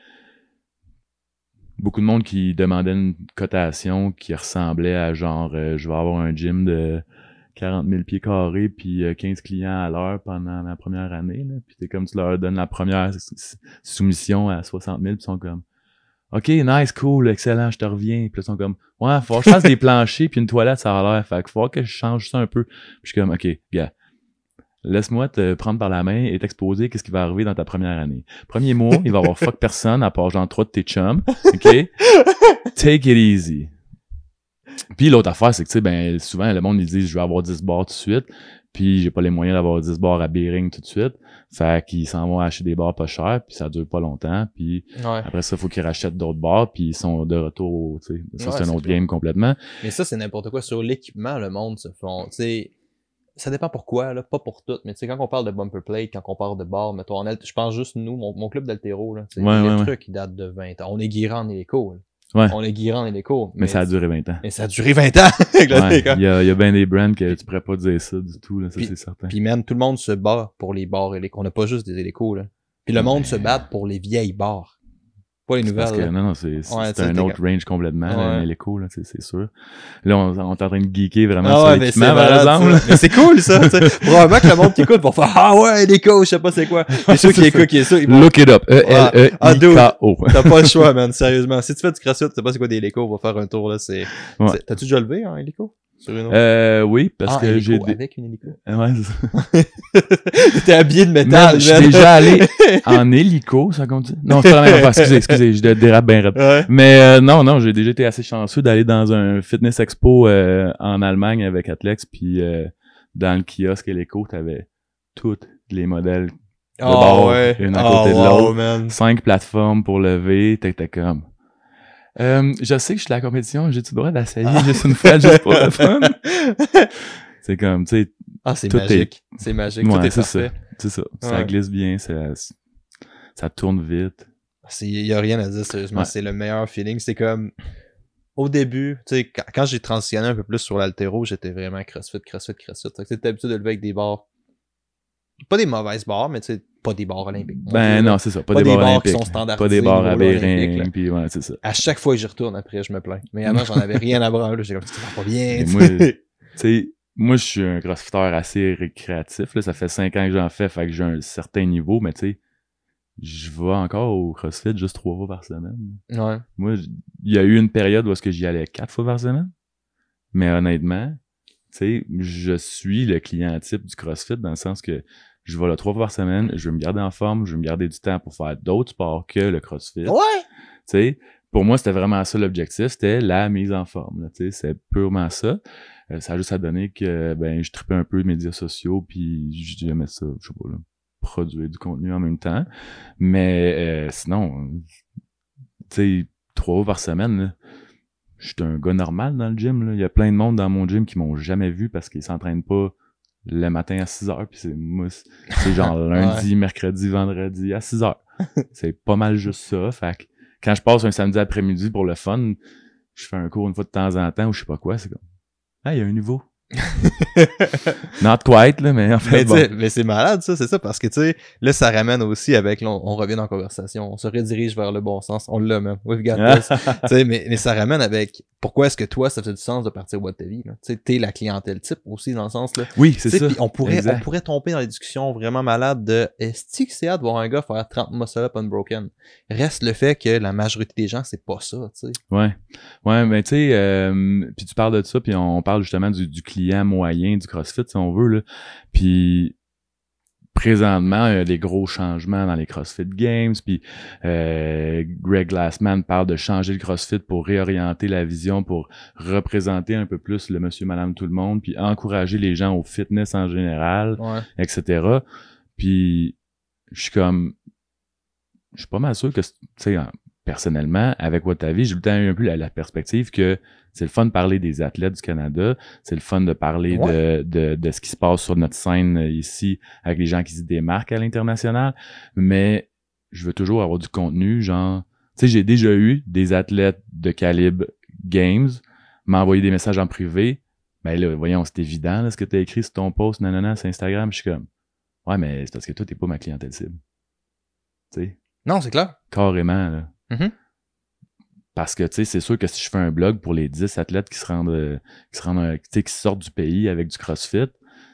beaucoup de monde qui demandait une cotation qui ressemblait à genre je vais avoir un gym de 40 000 pieds carrés puis 15 clients à l'heure pendant ma première année, là. Puis t'es comme tu leur donnes la première soumission à 60 000 puis ils sont comme OK, nice, cool, excellent, je te reviens. Puis là, ils sont comme ouais, faut que je fasse des planchers puis une toilette, ça a l'air. Fait qu'il faut que je change ça un peu. Puis je suis comme OK, gars, laisse-moi te prendre par la main et t'exposer qu'est-ce qui va arriver dans ta première année. Premier mois, il va y avoir fuck personne à part genre 3 de tes chums. OK? Take it easy. Puis l'autre affaire, c'est que tu sais, ben souvent le monde ils disent je vais avoir 10 bars tout de suite. Puis j'ai pas les moyens d'avoir 10 bars à Bering tout de suite. Fait qu'ils s'en vont acheter des bars pas chers, puis ça dure pas longtemps. Puis après ça, faut qu'ils rachètent d'autres bars, puis ils sont de retour, tu sais. Ça, c'est un autre game complètement. Mais ça, c'est n'importe quoi. Sur l'équipement, le monde se font, tu sais, ça dépend pourquoi, là, pas pour tout. Mais tu sais, quand on parle de bumper plate, quand on parle de bar, mettons, je pense juste nous, mon club d'haltéro, là, c'est des trucs qui datent de 20 ans. On est guiré en hélico, là. Ouais. On est guiré en hélico. Mais ça a duré 20 ans. Mais ça a duré 20 ans! Il y a bien des brands que tu pourrais pas dire ça du tout, là, ça c'est certain. Puis man, tout le monde se bat pour les bars hélicos. On n'a pas juste des hélicos, là. Puis le monde se bat pour les vieilles bars. Pas les nouvelles. Parce que, là. non, c'est un autre range complètement, là, l'hélico, là, c'est sûr. Là, on est en train de geeker vraiment sur l'équipement, par exemple. Mais c'est cool, ça, tu sais. Probablement que le monde qui écoute va faire, ah ouais, hélico, je sais pas c'est quoi. C'est sûr qui écoute, Look it up. E-L-E-I-K-O. T'as pas le choix, man, sérieusement. Si tu fais du CrossFit, tu sais pas c'est quoi des hélicos, on va faire un tour, là, T'as-tu déjà levé un hélico? Oui, parce que j'ai avec une hélico. Ouais, c'est ça. T'es habillé de métal. Je suis déjà allé en hélico, ça compte. Non, c'est pas la même affaire. Excusez, je dérape bien raide. Ouais. Mais non, j'ai déjà été assez chanceux d'aller dans un fitness expo en Allemagne avec Atlex, puis dans le kiosque hélico, t'avais tous les modèles de bord, une à côté de l'autre, 5 plateformes pour lever, t'étais comme je sais que je suis à la compétition, j'ai-tu le droit d'essayer juste une fois, juste pour le fun? C'est comme, tu sais... Ah, c'est magique. C'est magique, tout est parfait. C'est ça. Ça glisse bien, ça tourne vite. Il y a rien à dire, sérieusement. C'est le meilleur feeling. C'est comme... Au début, tu sais, quand j'ai transitionné un peu plus sur l'haltéro, j'étais vraiment CrossFit. Tu sais, t'as l'habitude de lever avec des barres. Pas des mauvaises barres, mais tu sais, pas des bars olympiques. Non, c'est ça. Pas des bars olympiques. Qui sont standardisés. Pas des bars à Bering, puis ouais, c'est ça. À chaque fois que j'y retourne après, je me plains. Mais avant, j'en avais rien à branler. J'ai comme, ça va pas bien. Moi, je suis un crossfitter assez récréatif, là. Ça fait 5 ans que j'en fais que j'ai un certain niveau, mais tu sais, je vais encore au CrossFit juste 3 fois par semaine. Ouais. Moi, il y a eu une période où est-ce que j'y allais 4 fois par semaine. Mais honnêtement, tu sais, je suis le client type du CrossFit dans le sens que je vais là 3 fois par semaine, je veux me garder en forme, je veux me garder du temps pour faire d'autres sports que le CrossFit. Ouais! Tu sais, pour moi, c'était vraiment ça l'objectif, c'était la mise en forme, là, tu sais, c'est purement ça. Ça a juste à donner que, je tripais un peu de médias sociaux, puis j'aimais ça, je sais pas, là, produire du contenu en même temps. Mais sinon, tu sais, 3 fois par semaine, là, je suis un gars normal dans le gym, là. Il y a plein de monde dans mon gym qui m'ont jamais vu parce qu'ils s'entraînent pas le matin à 6h, puis c'est genre lundi, mercredi, vendredi à 6h. C'est pas mal juste ça. Fait que quand je passe un samedi après-midi pour le fun, je fais un cours une fois de temps en temps ou je sais pas quoi, c'est comme il y a un niveau. Not quite, là, mais en fait, mais c'est malade, ça, c'est ça, parce que, tu sais, là, ça ramène aussi avec, là, on revient dans la conversation, on se redirige vers le bon sens, on l'a même, we've got this. Tu sais, mais ça ramène avec, pourquoi est-ce que toi, ça fait du sens de partir What Ta Vie, là? Tu sais, t'es la clientèle type aussi, dans le sens, là. Oui, c'est ça. Pis on pourrait tomber dans les discussions vraiment malades de, est-ce que c'est hâte de voir un gars faire 30 muscle-up unbroken? Reste le fait que la majorité des gens, c'est pas ça, tu sais. Ouais, mais tu sais, puis tu parles de ça, puis on parle justement du client moyen du CrossFit, si on veut, là. Puis présentement, il y a des gros changements dans les CrossFit Games, puis Greg Glassman parle de changer le CrossFit pour réorienter la vision, pour représenter un peu plus le monsieur, madame, tout le monde, puis encourager les gens au fitness en général, etc. Puis je suis pas mal sûr que, tu sais, personnellement, avec What Ta Vie, j'ai eu un peu la perspective que c'est le fun de parler des athlètes du Canada, c'est le fun de parler de ce qui se passe sur notre scène ici avec les gens qui se démarquent à l'international, mais je veux toujours avoir du contenu, genre, tu sais, j'ai déjà eu des athlètes de calibre Games m'envoyer des messages en privé, là, voyons, c'est évident, là, ce que t'as écrit sur ton post, nanana, sur Instagram, je suis comme, ouais, mais c'est parce que toi, t'es pas ma clientèle cible. Tu sais? Non, c'est clair. Carrément, là. Mm-hmm. Parce que, tu sais, c'est sûr que si je fais un blog pour les 10 athlètes qui sortent du pays avec du CrossFit,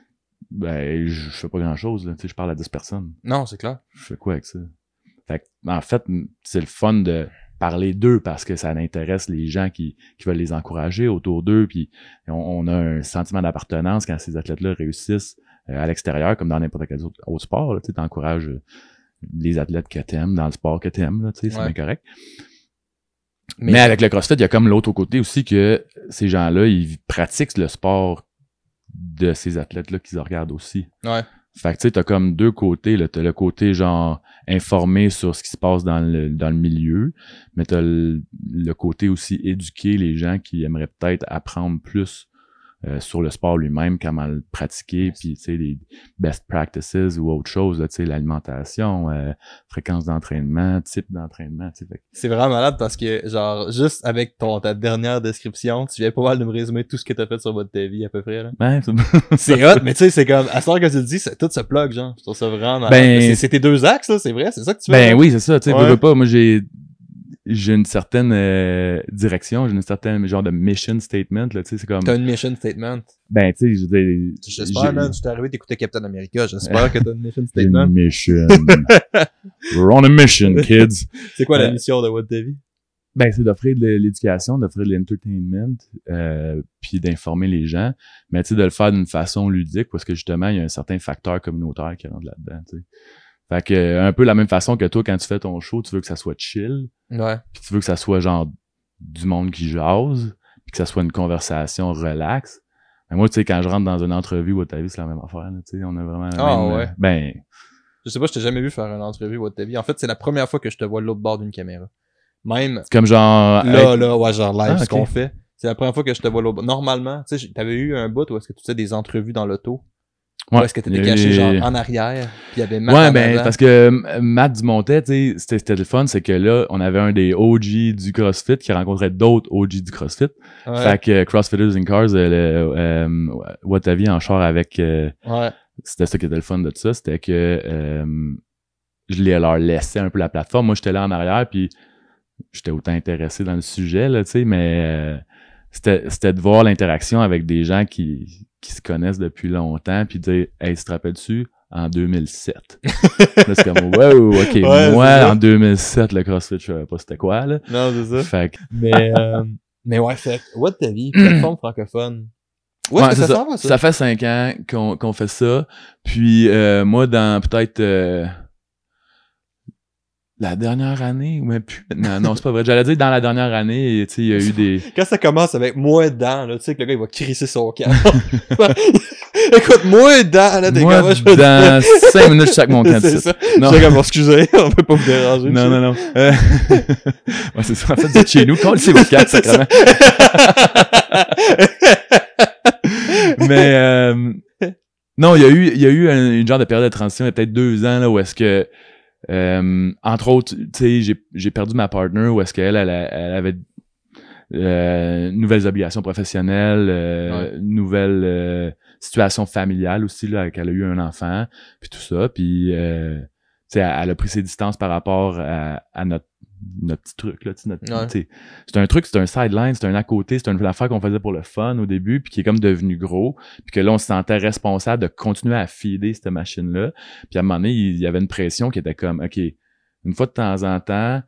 je fais pas grand-chose, là. Tu sais, je parle à 10 personnes. Non, c'est clair. Je fais quoi avec ça? Fait que, en fait, c'est le fun de parler d'eux parce que ça intéresse les gens qui veulent les encourager autour d'eux, puis on a un sentiment d'appartenance quand ces athlètes-là réussissent à l'extérieur, comme dans n'importe quel autre sport, tu sais, t'encourages les athlètes que t'aimes, dans le sport que t'aimes, là, tu sais, c'est bien correct. Mais avec le CrossFit, il y a comme l'autre côté aussi que ces gens-là, ils pratiquent le sport de ces athlètes-là qu'ils regardent aussi. Ouais. Fait que tu sais, t'as comme deux côtés, là. T'as le côté genre informé sur ce qui se passe dans le milieu, mais t'as le côté aussi éduquer les gens qui aimeraient peut-être apprendre plus sur le sport lui-même, comment le pratiquer, puis tu sais, les best practices ou autre chose, tu sais, l'alimentation, fréquence d'entraînement, type d'entraînement, tu sais. C'est vraiment malade parce que, genre, juste avec ta dernière description, tu viens pas mal de me résumer tout ce que t'as fait sur votre vie, à peu près, là. Ouais, c'est hot, mais tu sais, c'est comme, à ce temps que tu le dis, tout se plug, genre. Je trouve ça vraiment malade. C'est tes deux axes, là, c'est vrai? C'est ça que tu veux? Oui, c'est ça, tu sais, veux pas, moi, j'ai une certaine direction, j'ai une certaine genre de mission statement, là, tu sais, c'est comme... T'as une mission statement? Tu sais, je veux dire... J'espère, man, tu t'es arrivé d'écouter Captain America, j'espère que t'as une mission statement. Une mission. We're on a mission, kids. C'est quoi la mission de What Ta Vie? C'est d'offrir de l'éducation, d'offrir de l'entertainment, puis d'informer les gens, mais tu sais, de le faire d'une façon ludique, parce que justement, il y a un certain facteur communautaire qui rentre là-dedans, tu sais. Fait que, un peu la même façon que toi, quand tu fais ton show, tu veux que ça soit chill. Ouais. Puis tu veux que ça soit genre du monde qui jase, puis que ça soit une conversation relax. Mais moi, tu sais, quand je rentre dans une entrevue What Ta Vie, c'est la même affaire, là, tu sais, on a vraiment la même... Je sais pas, je t'ai jamais vu faire une entrevue What Ta Vie. En fait, c'est la première fois que je te vois de l'autre bord d'une caméra. Même... C'est comme genre... genre live, ce qu'on fait. C'est la première fois que je te vois de l'autre bord. Normalement, tu sais, t'avais eu un bout où est-ce que tu faisais des entrevues dans l'auto. Ouais. Est-ce que t'étais caché genre en arrière, puis il y avait Matt parce que Matt Dumontet, tu sais, c'était le fun, c'est que là, on avait un des OG du CrossFit qui rencontrait d'autres OG du CrossFit. Ouais. Fait que CrossFitters in Cars, What Ta Vie en char avec... C'était ça qui était le fun de tout ça, c'était que je leur laissais un peu la plateforme. Moi, j'étais là en arrière, puis j'étais autant intéressé dans le sujet, là, tu sais, mais c'était de voir l'interaction avec des gens qui se connaissent depuis longtemps, puis dire « Hey, tu te rappelles-tu? En 2007. » Là, c'est comme « Wow, OK, Ouais, moi, en 2007, le CrossFit, je savais pas c'était quoi, là. » Non, c'est ça. Fait que, Mais ouais, fait What ta vie, plateforme francophone. Où est-ce ouais, que c'est ça ça. s'en va, ça? Ça fait 5 ans qu'on fait ça. Puis moi, dans peut-être la dernière année, ou même plus. Non, c'est pas vrai. J'allais dire dans la dernière année, tu sais, il y a eu des... Quand ça commence avec moi dedans, là, tu sais que le gars, il va crisser son camp. Écoute, moi dedans, là, t'es Moi, comme, je veux dans 5 minutes, je sac mon camp. C'est ça. Non. Je sais comme, excusez, on peut pas vous déranger. Non. Ouais, c'est ça. En fait, vous êtes chez nous. C'est votre camp, sacrément. Mais non, il y a eu une genre de période de transition, il y a peut-être 2 ans là où est-ce que entre autres, tu sais, j'ai perdu ma partner où est-ce qu'elle elle avait nouvelles obligations professionnelles, nouvelles situations familiales aussi là, qu'elle a eu un enfant, puis tout ça, puis tu sais, elle a pris ses distances par rapport à notre petit truc là, c'est un truc, c'est un sideline, c'est un à côté, c'est une affaire qu'on faisait pour le fun au début puis qui est comme devenu gros, puis que là on se sentait responsable de continuer à feeder cette machine là, puis à un moment donné il y avait une pression qui était comme OK, une fois de temps en temps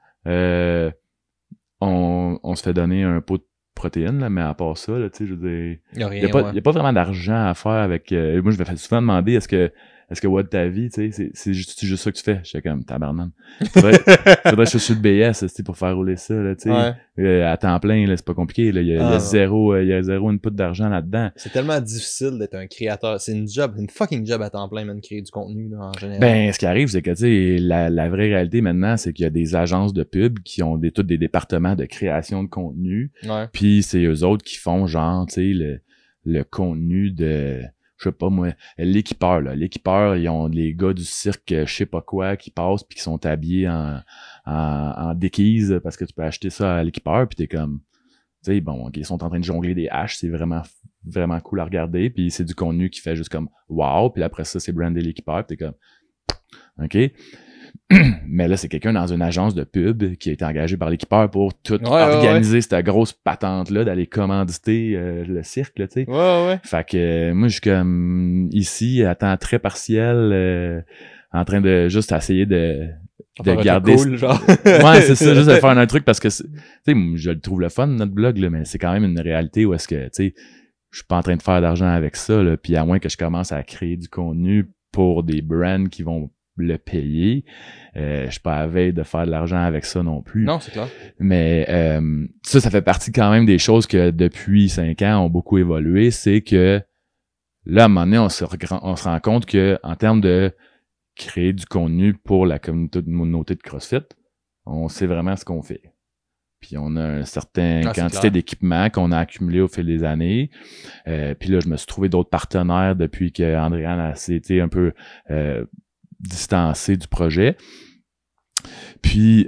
on se fait donner un pot de protéines là, mais à part ça là, tu sais, je veux dire, il y a pas vraiment d'argent à faire avec moi je me fais souvent demander est-ce que what ta vie, tu sais, c'est juste ça que tu fais? J'étais comme tabarnane. Faudrait que je sois sur le BS, pour faire rouler ça, là, tu sais. À temps plein, là, c'est pas compliqué, là. Il y a zéro input d'argent là-dedans. C'est tellement difficile d'être un créateur. C'est une fucking job à temps plein, même, de créer du contenu, là, en général. Ben, ce qui arrive, c'est que, tu sais, la vraie réalité maintenant, c'est qu'il y a des agences de pub qui ont tous des départements de création de contenu. Ouais. Puis c'est eux autres qui font, genre, tu sais, le contenu de... je sais pas moi, l'équipeur, là. L'équipeur, ils ont les gars du cirque, je sais pas quoi, qui passent puis qui sont habillés en déguise parce que tu peux acheter ça à l'équipeur puis t'es comme, tu sais, bon, ils sont en train de jongler des haches, c'est vraiment, vraiment cool à regarder puis c'est du contenu qui fait juste comme, wow, puis après ça, c'est brandé l'équipeur puis t'es comme, OK. Mais là, c'est quelqu'un dans une agence de pub qui a été engagé par l'équipeur pour tout organiser cette grosse patente-là, d'aller commanditer le cirque, là, tu sais. Ouais. Fait que moi, je suis comme ici, à temps très partiel, en train de juste essayer de garder... cool, genre. Ouais, c'est ça, juste de faire un truc parce que, tu sais, je le trouve le fun, notre blog, là, mais c'est quand même une réalité où est-ce que, tu sais, je suis pas en train de faire d'argent avec ça, là, puis à moins que je commence à créer du contenu pour des brands qui vont le payer. Je suis pas à veille de faire de l'argent avec ça non plus. Non, c'est clair. Mais ça fait partie quand même des choses que depuis 5 ans ont beaucoup évolué. C'est que là, à un moment donné, on se rend compte que en termes de créer du contenu pour la communauté de CrossFit, on sait vraiment ce qu'on fait. Puis on a un certain quantité d'équipements qu'on a accumulé au fil des années. Puis là, je me suis trouvé d'autres partenaires depuis que Andréane s'est été un peu distancé du projet. Puis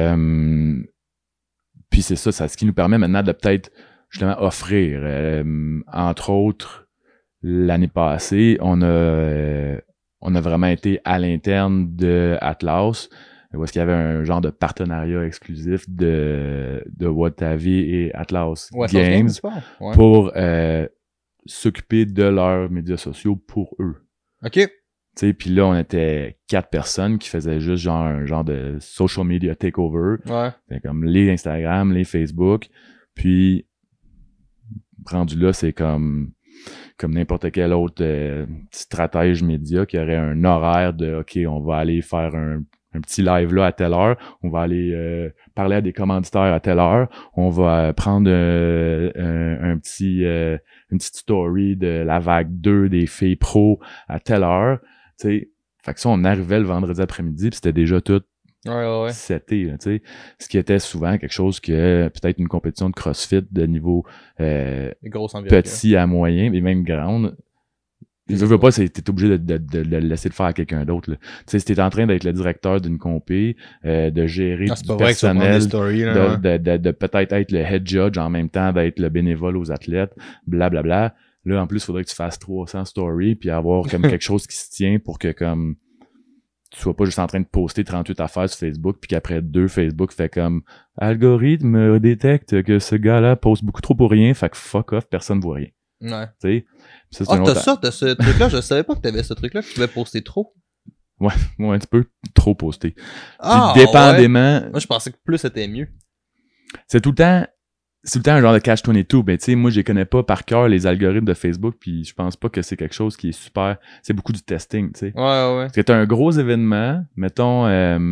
c'est ça, ce qui nous permet maintenant de peut-être justement offrir. Entre autres, l'année passée, on a vraiment été à l'interne de Atlas, où est-ce qu'il y avait un genre de partenariat exclusif de What Ta Vie et Atlas Games pour s'occuper de leurs médias sociaux pour eux. OK. Tu sais, puis là, on était 4 personnes qui faisaient juste un genre de social media takeover. Ouais. Fait comme les Instagram, les Facebook. Puis, rendu là, c'est comme n'importe quel autre stratège média qui aurait un horaire de OK, on va aller faire un petit live là à telle heure, on va aller parler à des commanditaires à telle heure, on va prendre une petite story de la vague 2 des filles pro à telle heure. Tu sais, fait que ça, on arrivait le vendredi après-midi puis c'était déjà tout seté, tu sais. Ce qui était souvent quelque chose que peut-être une compétition de CrossFit de niveau petit à moyen, mais même grande. Je veux pas, t'es obligé de le laisser le faire à quelqu'un d'autre. Tu sais, si t'es en train d'être le directeur d'une compé, de gérer du personnel, de peut-être être le head judge en même temps d'être le bénévole aux athlètes, blablabla. Là, en plus, il faudrait que tu fasses 300 stories puis avoir comme quelque chose qui se tient pour que comme tu sois pas juste en train de poster 38 affaires sur Facebook, puis qu'après 2, Facebook fait comme algorithme détecte que ce gars-là poste beaucoup trop pour rien, fait que fuck off, personne voit rien. Ouais. Tu sais? Ça, c'est Ah, un autre... t'as ce truc-là, je savais pas que t'avais ce truc-là, que tu pouvais poster trop. Ouais, tu peux trop poster. Ah, Puis dépendamment... Ouais. Moi, je pensais que plus c'était mieux. C'est tout le temps un genre de catch-22. Ben, tu sais, moi, je les connais pas par cœur, les algorithmes de Facebook, puis je pense pas que c'est quelque chose qui est super... C'est beaucoup du testing, tu sais. Ouais. Parce que t'as un gros événement, mettons...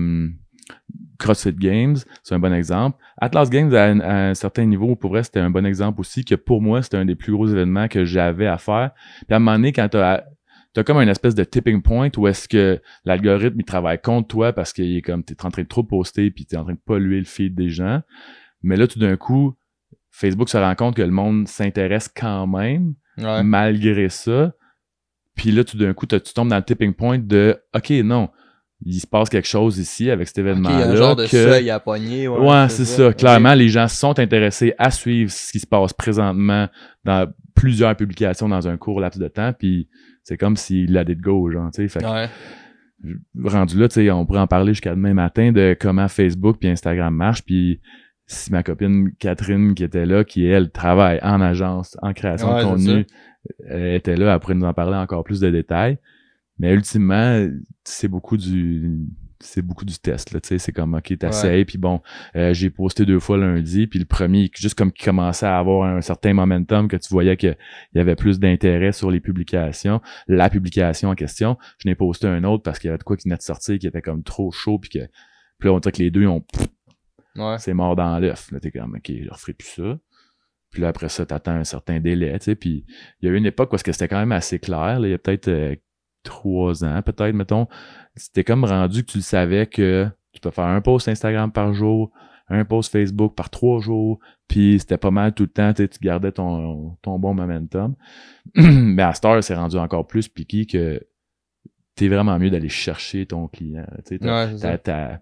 CrossFit Games, c'est un bon exemple. Atlas Games, à un certain niveau, pour vrai, c'était un bon exemple aussi, que pour moi, c'était un des plus gros événements que j'avais à faire. Puis à un moment donné, quand t'as comme une espèce de tipping point où est-ce que l'algorithme, il travaille contre toi parce qu'il est comme, t'es en train de trop poster puis t'es en train de polluer le feed des gens. Mais là, tout d'un coup, Facebook se rend compte que le monde s'intéresse quand même, malgré ça. Puis là, tout d'un coup, tu tombes dans le tipping point de « OK, non, il se passe quelque chose ici avec cet événement-là. » Il y a un genre de seuil à pogner. Ouais, c'est ça. Clairement, les gens sont intéressés à suivre ce qui se passe présentement dans plusieurs publications dans un court laps de temps, puis c'est comme s'il let it go, genre, tu sais. Fait que, rendu là, tu sais, on pourrait en parler jusqu'à demain matin de comment Facebook puis Instagram marchent, puis si ma copine Catherine qui était là, qui elle travaille en agence, en création de contenu, était là, elle pourrait nous en parler encore plus de détails. Mais ultimement, c'est beaucoup du test, là, tu sais, c'est comme, OK, t'essayes, puis bon, j'ai posté 2 fois lundi, puis le premier, juste comme qui commençait à avoir un certain momentum, que tu voyais qu'il y avait plus d'intérêt sur les publications, la publication en question, je n'ai posté un autre parce qu'il y avait de quoi qui venait de sortir, qui était comme trop chaud, puis là, on dirait que les deux ont... c'est mort dans l'œuf, là, t'es comme, OK, je referai plus ça. Puis là, après ça, t'attends un certain délai, tu sais, puis il y a eu une époque où c'était quand même assez clair, là, il y a peut-être 3 ans, peut-être, mettons, c'était comme rendu que tu le savais que tu peux faire un post Instagram par jour, un post Facebook par 3 jours, puis c'était pas mal tout le temps, tu gardais ton bon momentum. Mais à cette heure, c'est rendu encore plus piqué que t'es vraiment mieux d'aller chercher ton client. Tu sais,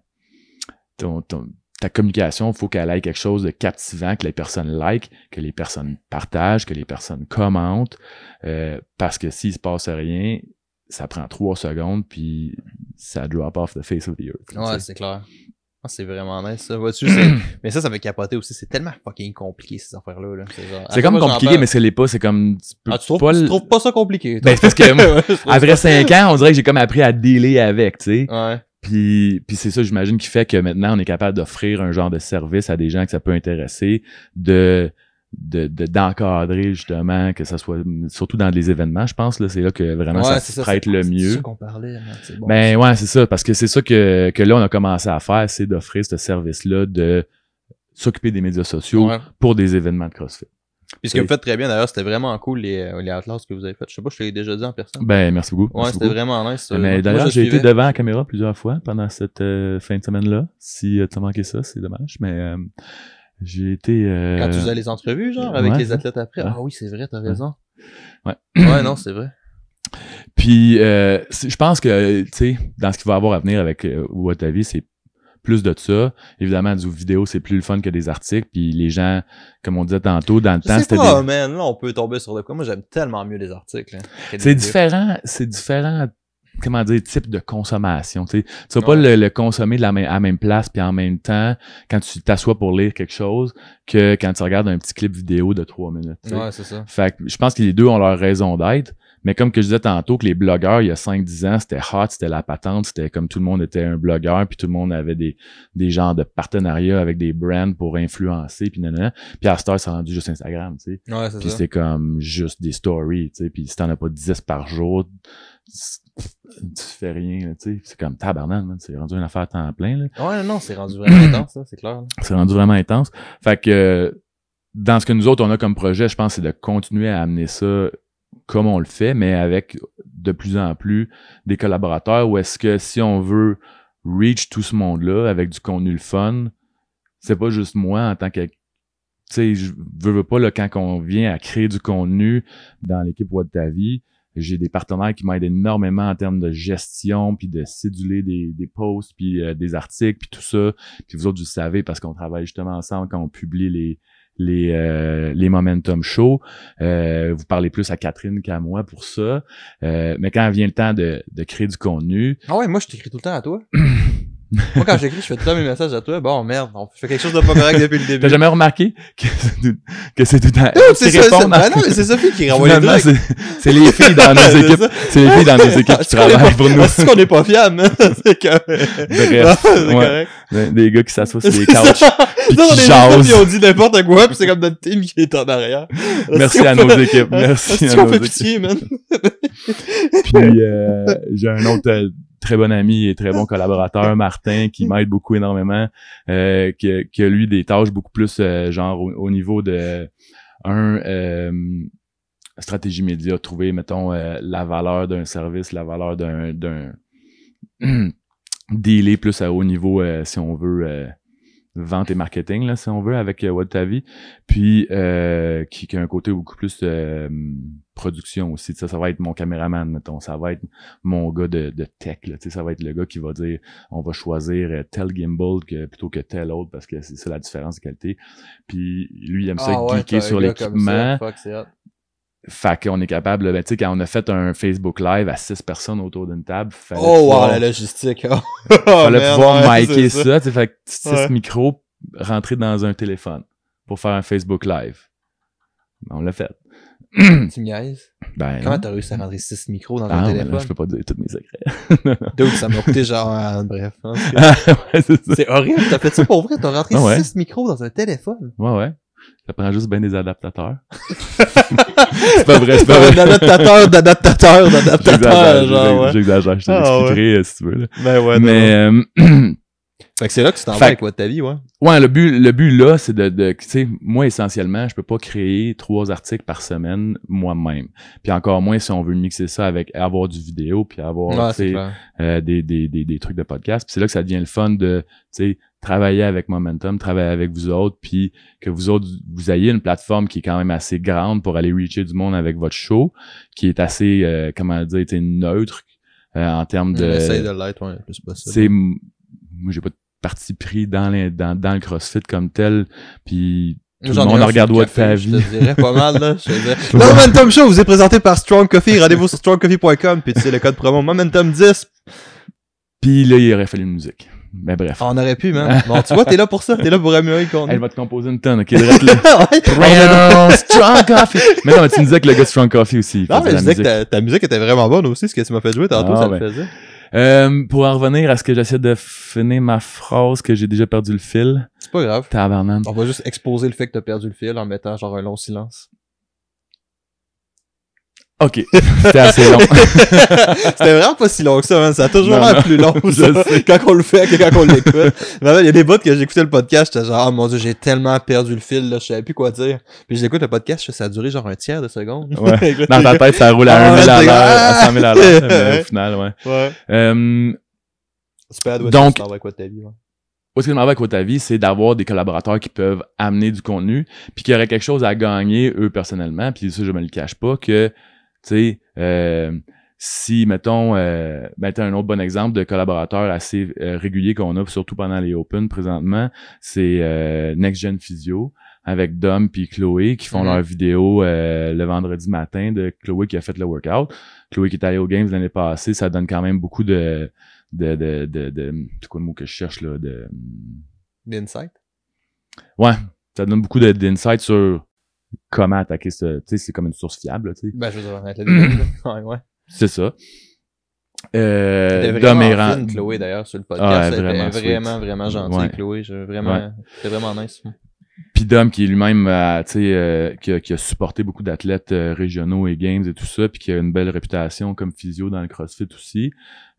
ta communication, il faut qu'elle ait quelque chose de captivant, que les personnes like, que les personnes partagent, que les personnes commentent, parce que s'il se passe rien, ça prend 3 secondes, puis ça drop off the face of the earth. Ouais, c'est clair. Ah, c'est vraiment nice, ça. Vois-tu, mais ça fait capoter aussi. C'est tellement fucking compliqué, ces affaires-là. Là. C'est comme compliqué, mais ça l'est pas. C'est comme... tu trouves pas ça compliqué? Ben, c'est parce que, après 5 ans, on dirait que j'ai comme appris à dealer avec, tu sais. Ouais. Puis c'est ça, j'imagine, qui fait que maintenant, on est capable d'offrir un genre de service à des gens que ça peut intéresser, d'encadrer justement, que ça soit surtout dans des événements, je pense, là, c'est là que vraiment ça se prête le mieux. C'est ça qu'on parlait, c'est bon. Ben ouais, c'est ça, parce que c'est ça que là on a commencé à faire, c'est d'offrir ce service-là de s'occuper des médias sociaux pour des événements de CrossFit. Puis ce que vous faites très bien d'ailleurs, c'était vraiment cool les Atlas que vous avez fait. Je sais pas, je te l'ai déjà dit en personne. Ben merci beaucoup. Ouais, c'était vraiment nice. Mais d'ailleurs, j'ai été devant la caméra plusieurs fois pendant cette fin de semaine-là. Si t'as manqué ça, c'est dommage, mais j'ai été... Quand tu faisais les entrevues, genre, avec les athlètes après. Ah oui, c'est vrai, t'as raison. Ouais. Ouais, non, c'est vrai. Puis, je pense que, tu sais, dans ce qu'il va y avoir à venir avec What Ta Vie, c'est plus de ça. Évidemment, du vidéo, c'est plus le fun que des articles. Puis les gens, comme on disait tantôt, dans le temps, c'était pas, man, là, on peut tomber sur de quoi. Moi, j'aime tellement mieux les articles. Hein, c'est différent, comment dire, type de consommation. Tu vas pas le consommer à la même place puis en même temps quand tu t'assois pour lire quelque chose que quand tu regardes un petit clip vidéo de 3 minutes. T'sais. Ouais, c'est ça. Fait que je pense que les deux ont leur raison d'être. Mais comme que je disais tantôt que les blogueurs, il y a 5-10 ans, c'était hot, c'était la patente, c'était comme tout le monde était un blogueur, puis tout le monde avait des genres de partenariats avec des brands pour influencer, puis nanana. Puis à cette heure, c'est rendu juste Instagram, tu sais. Ouais, c'est puis ça. c'est comme juste des stories, tu sais. Puis si t'en as pas 10 par jour, tu fais rien, tu sais. C'est comme tabarnak, man. C'est rendu une affaire à temps plein, là. Ouais, non, c'est rendu vraiment intense, ça, c'est clair. Là. C'est rendu vraiment intense. Fait que dans ce que nous autres, on a comme projet, je pense, c'est de continuer à amener ça comme on le fait, mais avec de plus en plus des collaborateurs, où est-ce que si on veut reach tout ce monde-là avec du contenu le fun, c'est pas juste moi en tant que, tu sais, je veux pas, là, quand on vient à créer du contenu dans l'équipe What Ta Vie, j'ai des partenaires qui m'aident énormément en termes de gestion, puis de céduler des posts, puis des articles, puis tout ça. Puis vous autres, vous le savez, parce qu'on travaille justement ensemble quand on publie les Momentum Show. Vous parlez plus à Catherine qu'à moi pour ça. Mais quand vient le temps de créer du contenu... Ah ouais, moi, je t'écris tout le temps à toi. Moi, quand j'écris, je fais tout le temps mes messages à toi. Bon, merde, on fait quelque chose de pas correct depuis le début. T'as jamais remarqué que c'est tout le temps c'est ça, non, mais c'est Sophie qui renvoie les trucs. C'est les filles dans nos équipes. C'est les filles dans nos équipes qui travaillent pour nous. C'est qu'on est pas fiable, hein? C'est Bref, ouais. Des gars qui s'assoient sur des couches pis non, qui jasent. Puis on dit n'importe quoi, pis c'est comme notre team qui est en arrière. Merci à nos équipes. Merci à nos équipes. Pitié, man. Puis j'ai un autre très bon ami et très bon collaborateur, Martin, qui m'aide beaucoup énormément, qui a lui des tâches beaucoup plus genre au niveau de stratégie média, trouver, mettons, la valeur d'un service, la valeur d'un dealer plus à haut niveau, si on veut, vente et marketing, là, si on veut, avec What Ta Vie. Puis qui a un côté beaucoup plus production aussi. Ça va être mon caméraman, mettons. Ça va être mon gars de tech, là. Ça va être le gars qui va dire on va choisir tel gimbal plutôt que tel autre parce que c'est ça la différence de qualité. Puis lui, il aime ça geeker sur l'équipement. Fait qu'on est capable, ben, tu sais, quand on a fait un Facebook Live à 6 personnes autour d'une table, fallait la logistique. Fallait pouvoir micer ça, tu sais, fait que 6 micros rentrer dans un téléphone pour faire un Facebook Live. Ben, on l'a fait. Tu me niaises? Ben, comment t'as réussi à rentrer 6 micros dans un téléphone? Là, je peux pas dire tous mes secrets. Donc, ça m'a coûté genre, bref. Hein, ouais, c'est horrible, t'as fait ça pour vrai, t'as rentré 6 micros dans un téléphone. Ouais. Ça prend juste bien des adaptateurs. C'est pas vrai, c'est pas vrai. D'adaptateur, genre, ouais. J'exagère, je te l'expliquerai si tu veux, là. Ben ouais, mais, fait que c'est là que tu t'en vas avec What Ta Vie, ouais. Ouais, le but là, c'est de tu sais, moi, essentiellement, je peux pas créer 3 articles par semaine moi-même. Puis encore moins si on veut mixer ça avec avoir du vidéo, puis avoir, tu sais, des trucs de podcast. Puis c'est là que ça devient le fun de, tu sais, travailler avec Momentum, travailler avec vous autres, puis que vous autres, vous ayez une plateforme qui est quand même assez grande pour aller reacher du monde avec votre show, qui est assez, comment dire, neutre en termes de... Essaye de l'être, ouais, plus possible. C'est... Moi, j'ai pas de parti pris dans le CrossFit comme tel, puis tout le monde regarde What Ta Vie. Je te dirais pas mal, là. Le Momentum Show vous est présenté par Strong Coffee. Rendez-vous sur strongcoffee.com, puis tu sais, le code promo Momentum 10. Puis là, il aurait fallu une musique. Mais bref. On aurait pu, man. Bon, tu vois, t'es là pour ça. T'es là pour améliorer le contenu. Elle va te composer une tonne, ok? Strong Coffee! Mais non, tu me disais que le gars de Strong Coffee aussi. Non, mais je disais que ta musique était vraiment bonne aussi. Ce que tu m'as fait jouer tantôt, ça le faisait. Pour en revenir à ce que j'essaie de finir ma phrase, que j'ai déjà perdu le fil. C'est pas grave. Tabarnak. On va juste exposer le fait que t'as perdu le fil en mettant genre un long silence. Ok. C'était assez long. C'était vraiment pas si long que ça, man. Ça a toujours l'air plus long, ça, quand on le fait que quand on l'écoute. Mais il y a des bouts que j'écoutais le podcast, j'étais genre, oh mon dieu, j'ai tellement perdu le fil, là, je savais plus quoi dire. Puis j'écoute le podcast, ça a duré genre un tiers de seconde. Ouais. Dans ta tête, ça roule à 1 000 à l'heure, à 100 000 à l'heure, mais au final, ouais. Super, donc, avec What Ta Vie, ouais. Où est-ce que je m'en vais avec What Ta Vie, c'est d'avoir des collaborateurs qui peuvent amener du contenu, puis qui auraient quelque chose à gagner, eux, personnellement, puis ça, je me le cache pas, que tu sais, si, mettons, t'as un autre bon exemple de collaborateur assez régulier qu'on a, surtout pendant les Open présentement, c'est Next Gen Physio, avec Dom puis Chloé, qui font leur vidéo le vendredi matin de Chloé qui a fait le workout. Chloé qui est allée aux Games l'année passée, ça donne quand même beaucoup de c'est quoi le mot que je cherche, là, d'insight? Ouais, ça donne beaucoup d'insight sur comment attaquer ce, tu sais, c'est comme une source fiable, tu sais. Ben, je veux dire, avec la ouais. C'est ça. C'était vraiment fine, Chloé, d'ailleurs, sur le podcast. C'était vraiment gentil, Chloé. C'était vraiment nice. Puis Dom, qui est lui-même, tu sais, qui a supporté beaucoup d'athlètes régionaux et games et tout ça, puis qui a une belle réputation comme physio dans le CrossFit aussi.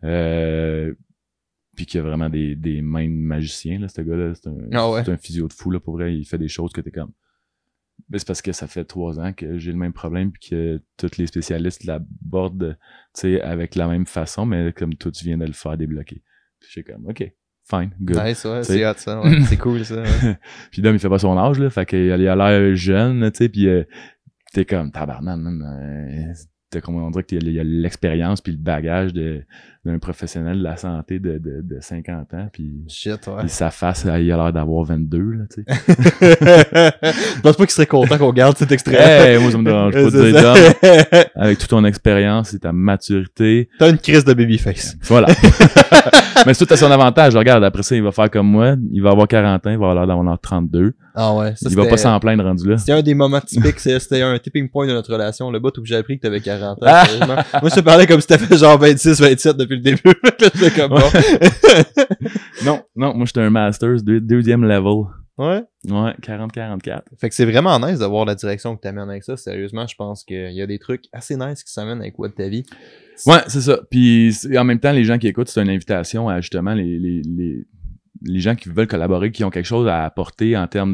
Puis qui a vraiment des mains de magicien, là, ce gars-là. C'est un physio de fou, là, pour vrai. Il fait des choses que t'es comme... Ben, c'est parce que ça fait 3 ans que j'ai le même problème puis que tous les spécialistes l'abordent, tu sais, avec la même façon, mais comme toi, tu viens de le faire débloquer. Puis j'ai comme, OK, fine, good. Nice, ouais, c'est hot, ça, ouais. C'est cool, ça. Ouais. Puis Dom, il fait pas son âge, là, fait qu'il a l'air jeune, tu sais, puis t'es comme, tabarnak, on dirait qu'il y a l'expérience puis le bagage d'un professionnel de la santé de 50 ans, puis Shit, ouais. sa face, il a l'air d'avoir 22, là, tu sais. Je pense pas qu'il serait content qu'on garde cet extrait. Hey, moi, ça me dérange pas de C'est dire, ça. Dom, avec toute ton expérience et ta maturité. T'as une crise de babyface. Voilà. Mais c'est tout à son avantage. Regarde, après ça, il va faire comme moi. Il va avoir 40 ans, il va avoir l'air d'avoir 32. Ah ouais. Ça, Il va pas s'en plaindre rendu là. C'était un des moments typiques, c'était un tipping point de notre relation. Le bout où j'ai appris que t'avais 40 ans, Ah! sérieusement. Moi, je te parlais comme si t'avais genre 26, 27 depuis le début. J'étais comme bon. Non, moi, j'étais un Masters, deuxième level. Ouais. Ouais, 40-44. Fait que c'est vraiment nice d'avoir la direction que t'amènes avec ça. Sérieusement, je pense qu'il y a des trucs assez nice qui s'amènent avec What Ta Vie. Ouais, c'est ça. Puis en même temps, les gens qui écoutent, c'est une invitation à justement les gens qui veulent collaborer, qui ont quelque chose à apporter en termes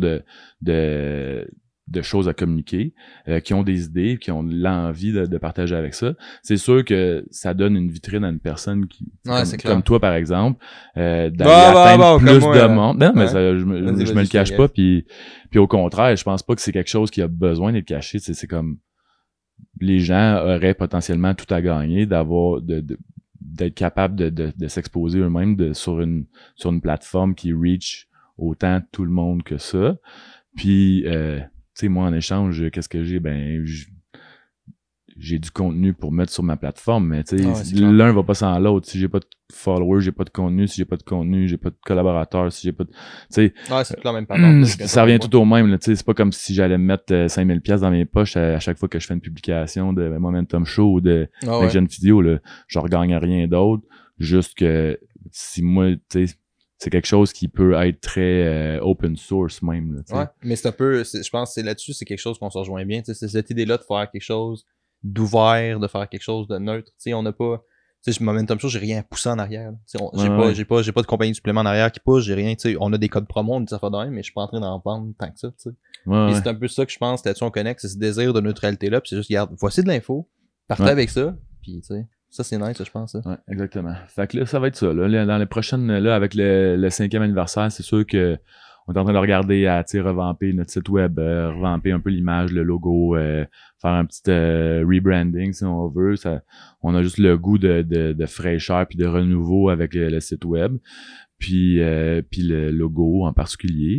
de choses à communiquer, qui ont des idées, qui ont l'envie de partager avec ça. C'est sûr que ça donne une vitrine à une personne qui, comme toi par exemple, d'aller atteindre plus de monde. Non, mais ça, je me le cache pas. Puis au contraire, je pense pas que c'est quelque chose qui a besoin d'être caché. C'est comme les gens auraient potentiellement tout à gagner d'être capable de s'exposer eux-mêmes sur une plateforme qui reach autant tout le monde que ça. Puis tu sais, moi, en échange, qu'est-ce que j'ai? Ben, j'ai du contenu pour mettre sur ma plateforme, mais tu sais, l'un va pas sans l'autre. Si j'ai pas de followers, j'ai pas de contenu. Si j'ai pas de contenu, j'ai pas de collaborateurs. Si j'ai pas de... Tu sais... Ouais, c'est tout la même patente. Ça revient tout au même, là. Tu sais, c'est pas comme si j'allais me mettre 5000$ dans mes poches à chaque fois que je fais une publication de Momentum Show ou de Jeune Vidéo, là. Je regagne rien d'autre. Juste que si moi, tu sais... C'est quelque chose qui peut être très open source même. Là, ouais, mais c'est un peu, je pense que c'est là-dessus, c'est quelque chose qu'on se rejoint bien. C'est cette idée-là de faire quelque chose d'ouvert, de faire quelque chose de neutre. T'sais, on n'a pas... Tu sais, Momentum Show, j'ai rien à pousser en arrière. J'ai pas de compagnie de supplément en arrière qui pousse, j'ai rien. On a des codes promo, on dit ça fait de même, mais je suis pas en train d'en vendre tant que ça. Et c'est un peu ça que je pense, là-dessus on connecte, c'est ce désir de neutralité-là, puis c'est juste, regarde, voici de l'info, partez avec ça, puis tu sais. Ça, c'est nice, je pense. Ça. Ouais, exactement. Fait que là, ça va être ça. Là. Dans les prochaines, là, avec le 5e anniversaire, c'est sûr que on est en train de regarder à revamper notre site web, revamper un peu l'image, le logo, faire un petit rebranding si on veut. Ça, on a juste le goût de fraîcheur puis de renouveau avec le site web. Puis le logo en particulier.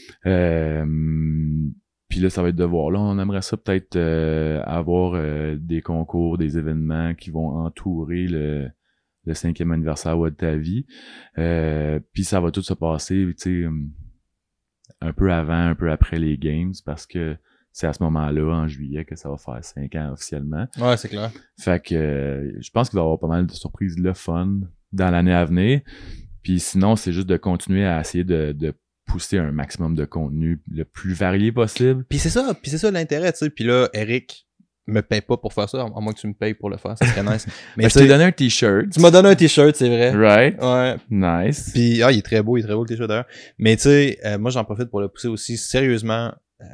Puis là, ça va être de voir. Là, on aimerait ça peut-être avoir des concours, des événements qui vont entourer le 5e anniversaire de ta vie. Puis ça va tout se passer, tu sais, un peu avant, un peu après les Games, parce que c'est à ce moment-là, en juillet, que ça va faire 5 ans officiellement. Ouais, c'est clair. Fait que je pense qu'il va y avoir pas mal de surprises, le fun, dans l'année à venir. Puis sinon, c'est juste de continuer à essayer de pousser un maximum de contenu le plus varié possible. Puis c'est ça l'intérêt, tu sais. Puis là, Eric me paye pas pour faire ça, à moins que tu me payes pour le faire, ça serait nice. Mais je t'ai donné un t-shirt. Tu m'as donné un t-shirt, c'est vrai. Right. Ouais. Nice. Puis il est très beau le t-shirt d'ailleurs. Mais tu sais, moi j'en profite pour le pousser aussi sérieusement.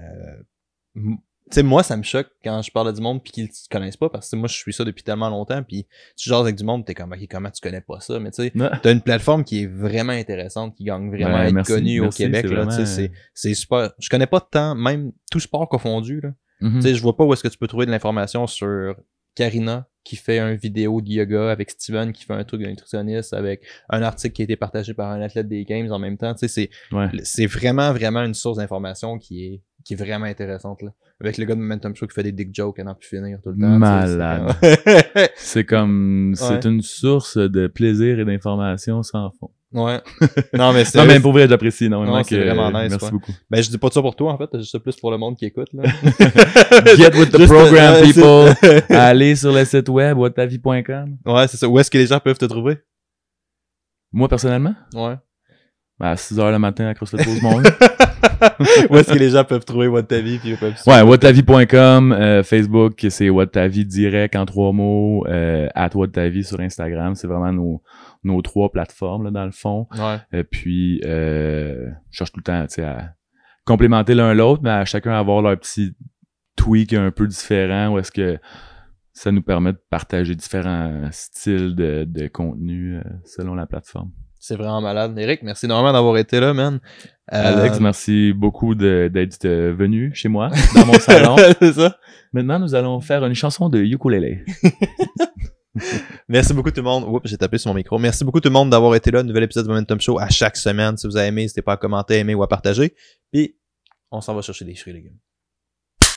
Tu sais, moi, ça me choque quand je parle à du monde pis qu'ils te connaissent pas, parce que moi, je suis ça depuis tellement longtemps, pis tu jases avec du monde, t'es comme, ok, comment tu connais pas ça? Mais tu sais, t'as une plateforme qui est vraiment intéressante, qui gagne vraiment à être connue au Québec, là, tu sais, c'est super. Je connais pas tant, même tout sport confondu, là. Tu sais, je vois pas où est-ce que tu peux trouver de l'information sur Karina, qui fait une vidéo de yoga, avec Steven, qui fait un truc de nutritionniste, avec un article qui a été partagé par un athlète des Games en même temps, tu sais, c'est vraiment, vraiment une source d'information qui est vraiment intéressante, là. Avec le gars de Momentum Show qui fait des dick jokes à n'en plus finir tout le temps. Malade. C'est comme, c'est une source de plaisir et d'information sans fond. Ouais. Non, mais c'est. Non, mais pour vrai, j'apprécie énormément. C'est vraiment nice. Merci beaucoup. Ben, je dis pas ça pour toi, en fait. Je dis ça plus pour le monde qui écoute, là. Get with the program, people. Allez sur le site web, whattavie.com. Ouais, c'est ça. Où est-ce que les gens peuvent te trouver? Moi, personnellement? Ouais. Ben, à 6h le matin à CrossFit Rosemont. Où est-ce que les gens peuvent trouver What Ta Vie puis ils peuvent ouais, whattavie.com, Facebook, c'est What Ta Vie direct en 3 mots, @What Ta Vie sur Instagram, c'est vraiment nos 3 plateformes là dans le fond. Ouais. Puis je cherche tout le temps, tu sais, à complémenter l'un l'autre, mais à chacun avoir leur petit tweak un peu différent, où est-ce que ça nous permet de partager différents styles de contenu selon la plateforme. C'est vraiment malade. Eric, merci énormément d'avoir été là, man. Alex, merci beaucoup d'être venu chez moi, dans mon salon. C'est ça. Maintenant, nous allons faire une chanson de ukulélé. Merci beaucoup tout le monde. Oups, j'ai tapé sur mon micro. Merci beaucoup tout le monde d'avoir été là. Nouvel épisode du Momentum Show à chaque semaine. Si vous avez aimé, n'hésitez pas à commenter, aimer ou à partager. Puis, on s'en va chercher des fruits et légumes.